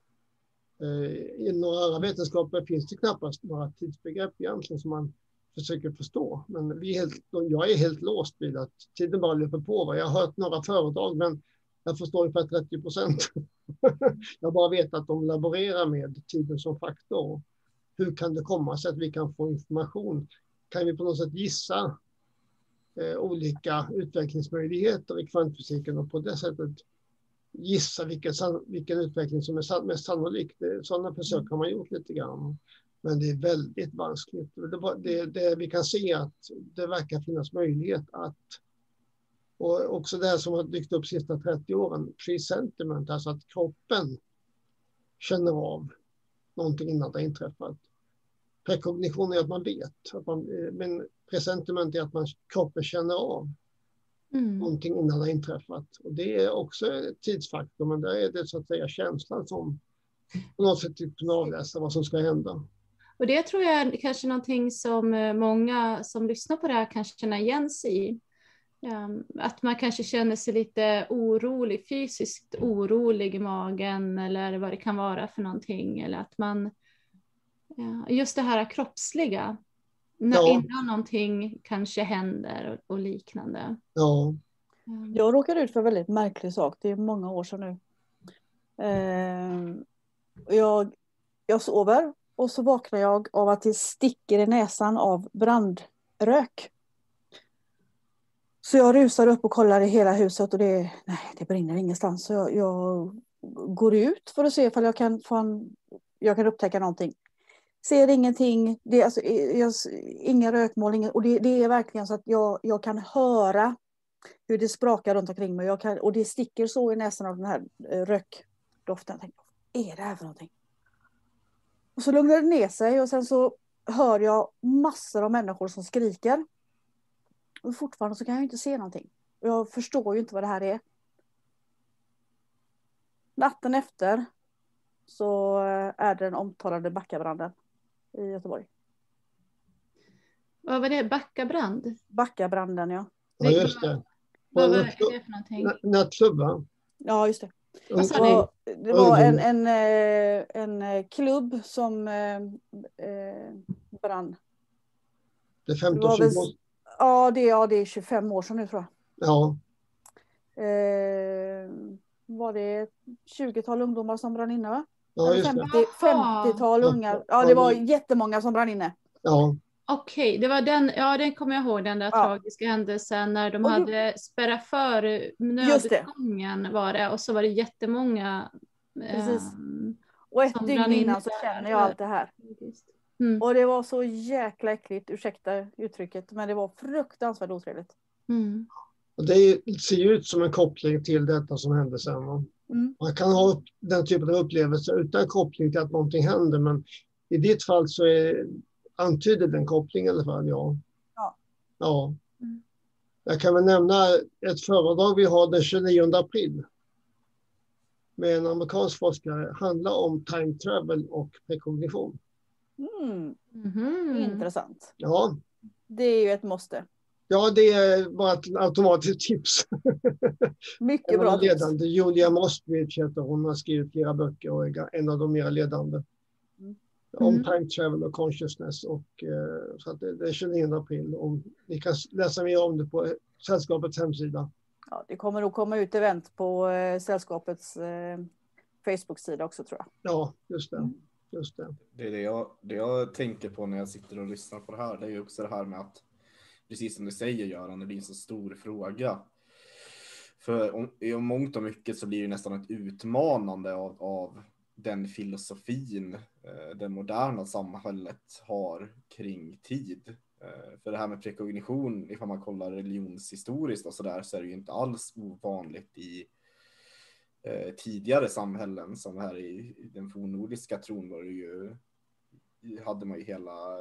I några andra vetenskaper finns det knappast några tidsbegrepp egentligen som man försöker förstå. Men jag är helt låst vid att tiden bara löper på. Jag har hört några föredrag, men jag förstår ungefär 30%. Jag bara vet att de laborerar med tiden som faktor. Hur kan det komma sig att vi kan få information? Kan vi på något sätt gissa olika utvecklingsmöjligheter i kvantfysiken och på det sättet gissa vilken utveckling som är mest sannolik? Sådana försök har man gjort lite grann. Men det är väldigt vanskligt. Vi kan se att det verkar finnas möjlighet att, och också det här som har dykt upp de sista 30 åren, presentiment, alltså att kroppen känner av någonting innan det har inträffat. Prekognition är att man vet, men presentiment är att kroppen känner av någonting innan det har inträffat. Och det är också en tidsfaktor, men där är det så att säga känslan som på något sätt kan avläsa vad som ska hända. Och det tror jag är kanske någonting som många som lyssnar på det här kanske känner igen sig i. Att man kanske känner sig lite orolig, fysiskt orolig i magen eller vad det kan vara för någonting. Eller att man, just det här kroppsliga, innan någonting kanske händer och liknande. Ja. Jag råkade ut för en väldigt märklig sak, det är många år sedan nu. Jag sover och så vaknar jag av att det sticker i näsan av brandrök. Så jag rusar upp och kollar i hela huset och det brinner ingenstans. Så jag går ut för att se ifall jag kan upptäcka någonting. Ser ingenting, det är alltså, inga rökmål, och det är verkligen så att jag kan höra hur det sprakar runt omkring mig. Och det sticker så i näsan av den här rökdoften. Jag tänker, vad är det här för någonting? Och så lugnar det ner sig och sen så hör jag massor av människor som skriker. Och fortfarande så kan jag inte se någonting. Jag förstår ju inte vad det här är. Natten efter så är det den omtalade Backabranden i Göteborg. Vad var det? Backabrand? Backabranden, ja. Ja, just det. Vad var det för någonting? Nattklubb, va? Ja, just det. Vad sa ni? Det var en klubb som brann. Det är 15 år. Ja, det är 25 år sedan nu tror jag. Ja. Var det 20-tal ungdomar som brann inne, va? Ja, just det. 50-tal ungar. Ja, det var jättemånga som brann inne. Ja. Okej, det var den kommer jag ihåg, den där tragiska händelsen när de hade spärrat för nödutgången var det, och så var det jättemånga. Precis. Och ett som dygn brann in innan så där. känner jag allt det här. Mm. Och det var så jäkla äckligt, ursäkta uttrycket, men det var fruktansvärt otrevligt. Mm. Och det ser ju ut som en koppling till detta som hände sen. Va? Mm. Man kan ha den typen av upplevelser utan koppling till att någonting händer, men i ditt fall så antyder den koppling i alla fall, ja. Ja. Mm. Jag kan väl nämna ett föredrag vi har den 29 april med en amerikansk forskare, handlar om time travel och prekognition. Mm. Mhm. Intressant. Ja. Det är ju ett måste. Ja, det är bara ett automatiskt tips. Mycket bra tips. Ledande. Julia Moskvich heter hon, har skrivit flera böcker och är en av de mer ledande. Om time travel och consciousness. Och, så att det är 29 april. Och ni kan läsa mer om det på sällskapets hemsida. Ja, det kommer nog komma ut event på sällskapets Facebook-sida också, tror jag. Ja, just det. Just det. Det är det jag tänker på när jag sitter och lyssnar på det här. Det är ju också det här med att, precis som du säger Göran, det blir en så stor fråga. För i mångt och mycket så blir det nästan ett utmanande av den filosofin det moderna samhället har kring tid. För det här med prekognition, ifall man kollar religionshistoriskt och sådär, så är det ju inte alls ovanligt i tidigare samhällen, som här i den fornnordiska tron var det ju, hade man ju hela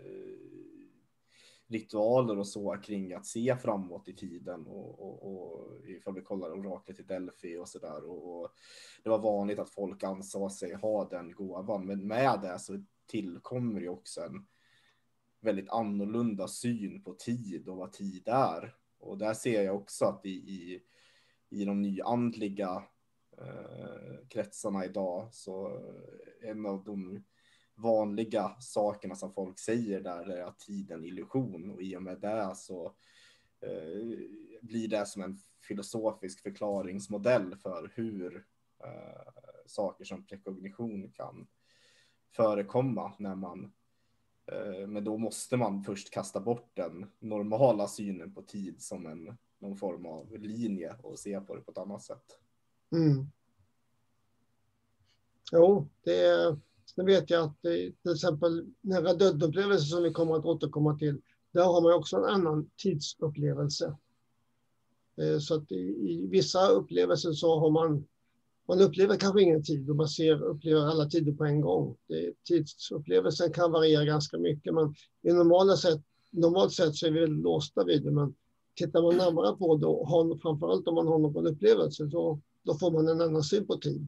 ritualer och så kring att se framåt i tiden, och ifall vi kollar oraklet i Delphi och sådär, och det var vanligt att folk ansåg sig ha den gåvan, men med det så tillkommer ju också en väldigt annorlunda syn på tid och vad tid är. Och där ser jag också att i de nyandliga kretsarna idag, så en av de vanliga sakerna som folk säger där är att tiden är illusion, och i och med det så blir det som en filosofisk förklaringsmodell för hur saker som prekognition kan förekomma när man men då måste man först kasta bort den normala synen på tid som någon form av linje och se på det på ett annat sätt. Mm. Jo, det vet jag att till exempel nära dödupplevelse som vi kommer att återkomma till, där har man också en annan tidsupplevelse. Så att i vissa upplevelser så har man upplever kanske ingen tid och man upplever alla tider på en gång. Tidsupplevelsen kan variera ganska mycket, men i normalt sett så är vi väldigt låsta vid det. Men tittar man närmare på det, framförallt om man har någon upplevelse, då får man en annan syn på tid.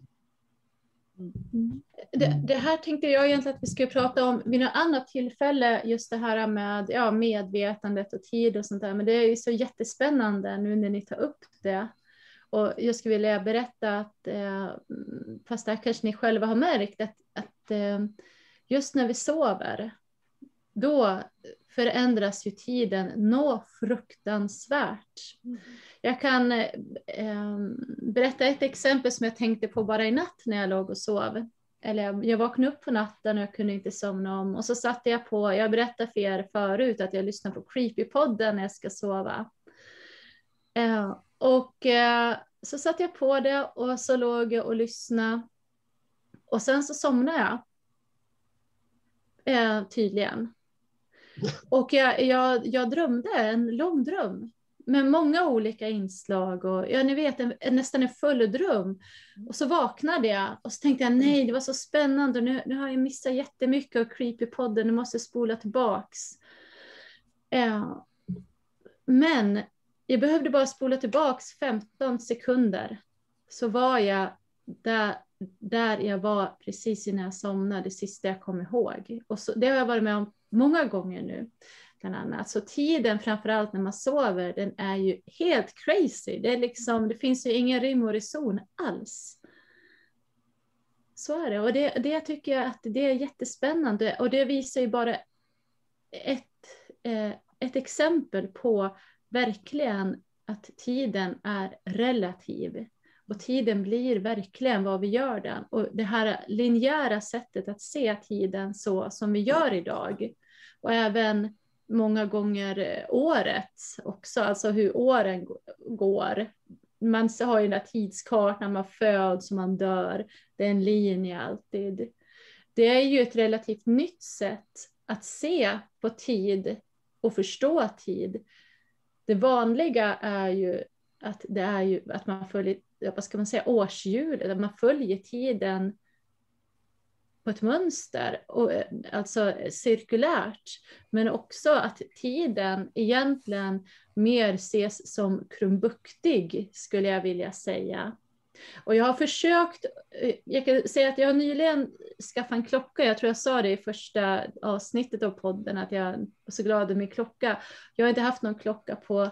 Det här tänkte jag egentligen att vi skulle prata om vid något annat tillfälle, just det här med medvetandet och tid och sånt där. Men det är ju så jättespännande nu när ni tar upp det. Och jag skulle vilja berätta att, fast det här kanske ni själva har märkt, att just när vi sover, då förändras ju tiden något fruktansvärt. Jag kan berätta ett exempel som jag tänkte på bara i natt när jag låg och sov. Eller jag vaknade upp på natten och jag kunde inte somna om. Och så satte jag på, jag berättade för er förut att jag lyssnar på Creepypodden när jag ska sova. Så satte jag på det och så låg jag och lyssnade. Och sen så somnade jag. Tydligen. Och jag drömde en lång dröm. Med många olika inslag. Och ni vet, nästan en full dröm. Och så vaknade jag. Och så tänkte jag, nej det var så spännande. Och nu har jag missat jättemycket av Creepypodden. Nu måste jag spola tillbaks. Men jag behövde bara spola tillbaks 15 sekunder. Så var jag där jag var precis innan jag somnade. Det sista jag kom ihåg. Och det har jag varit med om många gånger nu. Bland annat. Så tiden, framförallt när man sover, den är ju helt crazy. Det finns ju ingen rim och reson alls. Så är det. Och det tycker jag att det är jättespännande. Och det visar ju bara ett exempel på verkligen att tiden är relativ. Och tiden blir verkligen vad vi gör den. Och det här linjära sättet att se tiden så som vi gör idag. Och även många gånger året också. Alltså hur åren går. man har ju den där tidskartan, man föds och man dör. Det är en linje alltid. Det är ju ett relativt nytt sätt att se på tid och förstå tid. Det vanliga är ju att man följer, vad ska man säga, årshjulet, att man följer tiden på ett mönster, och, alltså cirkulärt, men också att tiden egentligen mer ses som krumbuktig, skulle jag vilja säga. Och jag har försökt, jag kan säga att jag har nyligen skaffat en klocka, jag tror jag sa det i första avsnittet av podden, att jag är så glad över min klocka. Jag har inte haft någon klocka på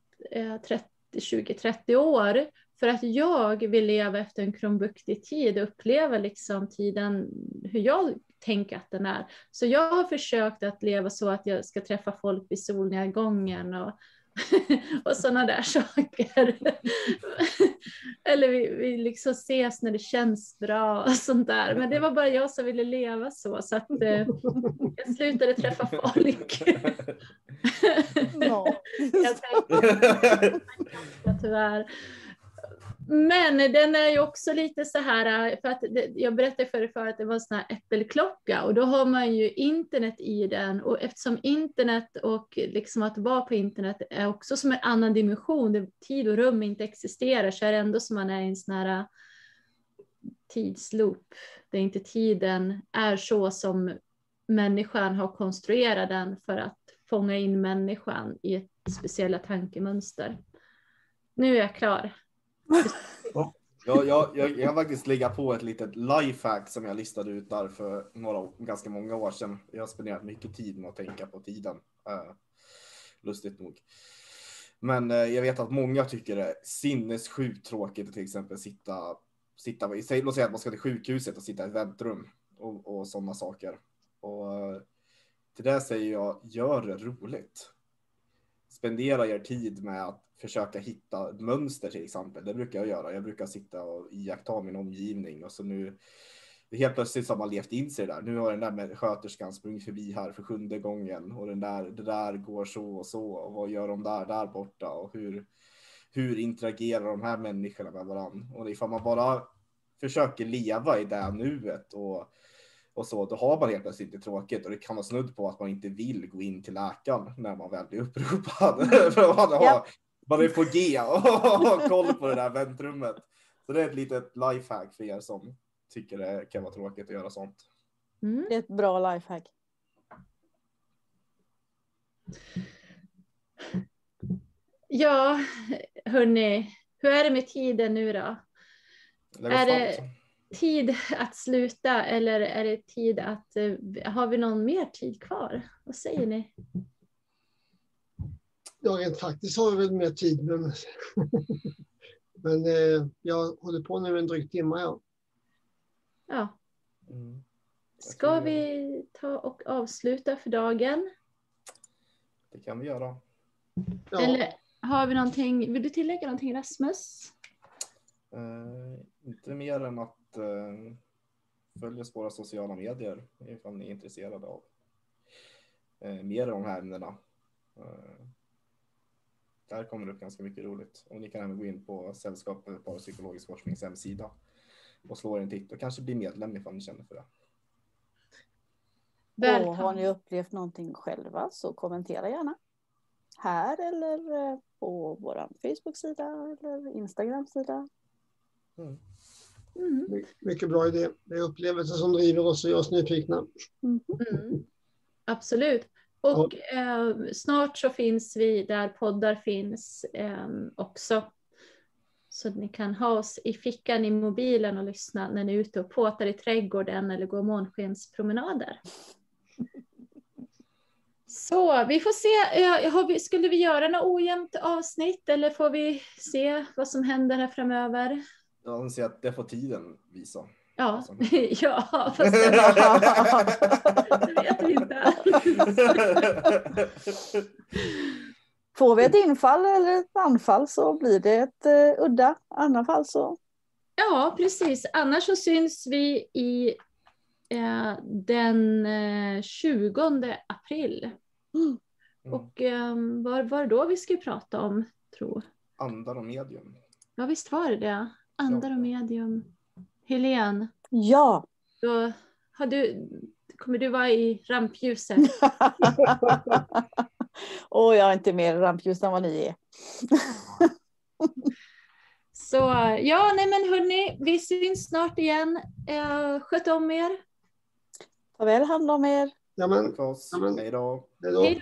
20-30 år, för att jag vill leva efter en krumbuktig tid och uppleva liksom tiden hur jag tänker att den är. Så jag har försökt att leva så att jag ska träffa folk vid solnedgången och sådana där saker. Eller vi liksom ses när det känns bra och sånt där. Men det var bara jag som ville leva så att jag slutade träffa folk. Jag tänkte, tyvärr. Men den är ju också lite så här, för att jag berättade för att det var en sån här äppelklocka, och då har man ju internet i den, och eftersom internet och liksom att vara på internet är också som en annan dimension, där tid och rum inte existerar, så är det ändå som man är i en sån här tidsloop, där inte tiden är så som människan har konstruerat den för att fånga in människan i ett speciella tankemönster. Nu är jag klar. Jag har faktiskt legat på ett litet lifehack som jag listade ut där för ganska många år sedan. Jag har spenderat mycket tid med att tänka på tiden. Lustigt nog. Men jag vet att många tycker det är sinnessjukt tråkigt att till exempel sitta låt säga att man ska till sjukhuset och sitta i ett väntrum och sådana saker. Och till det säger jag, gör det roligt. Spendera er tid med att försöka hitta ett mönster till exempel. Det brukar jag göra. Jag brukar sitta och iaktta min omgivning. Och så nu, helt plötsligt har man levt in sig där. Nu har den där med sköterskan sprungit förbi här för 7:e gången. Och det där går så och så. Och vad gör de där borta? Och hur interagerar de här människorna med varandra? Och ifall man bara försöker leva i det nuet och så, då har man helt plötsligt inte tråkigt, och det kan vara snudd på att man inte vill gå in till läkaren när man väl blir uppropad. För man är på G och har koll på det där väntrummet. Så det är ett litet lifehack för er som tycker det kan vara tråkigt att göra sånt. Det är ett bra lifehack. Ja, hörni, hur är det med tiden nu då? Är det tid att sluta, eller är det tid att, har vi någon mer tid kvar? Vad säger ni? Ja, rent faktiskt har vi väl mer tid, men jag håller på nu en dryg timme. Ja. Ska vi ta och avsluta för dagen? Det kan vi göra. Ja. Eller har vi någonting, vill du tillägga någonting, Rasmus? Inte mer än att följa oss på våra sociala medier ifall ni är intresserade av mer av de här ämnena. Där kommer det upp ganska mycket roligt. Och ni kan även gå in på Sällskapet Parapsykologisk forsknings hemsida och slå en titt och kanske bli medlem ifall ni känner för det. Och har ni upplevt någonting själva så kommentera gärna. Här eller på vår Facebook-sida eller Instagram-sida. Mycket bra idé. Det är upplevelser som driver oss och gör oss nyfikna. Absolut. Och snart så finns vi där poddar finns också. Så ni kan ha oss i fickan i mobilen och lyssna när ni är ute och påtar i trädgården eller går månskenspromenader. Så vi får se, skulle vi göra något ojämnt avsnitt eller får vi se vad som händer här framöver? Jag anser att det får tiden visa. Ja, ja, fast det vet vi inte. Får vi ett infall eller ett anfall så blir det ett udda. Annars fall så. Ja, precis. Annars så syns vi i den 20 april. Och var då vi ska prata om, tror. Andar och medium. Ja, visst var det. Andar och medium. Helene, Ja. då kommer du vara i rampljuset? Jag är inte mer rampljus än vad ni är. Så ja, nej men hörni, vi syns snart igen. Sköt om er. Ta väl hand om er. Ja, men, Tack för oss. Ja, men- Hej då. det är då. Hej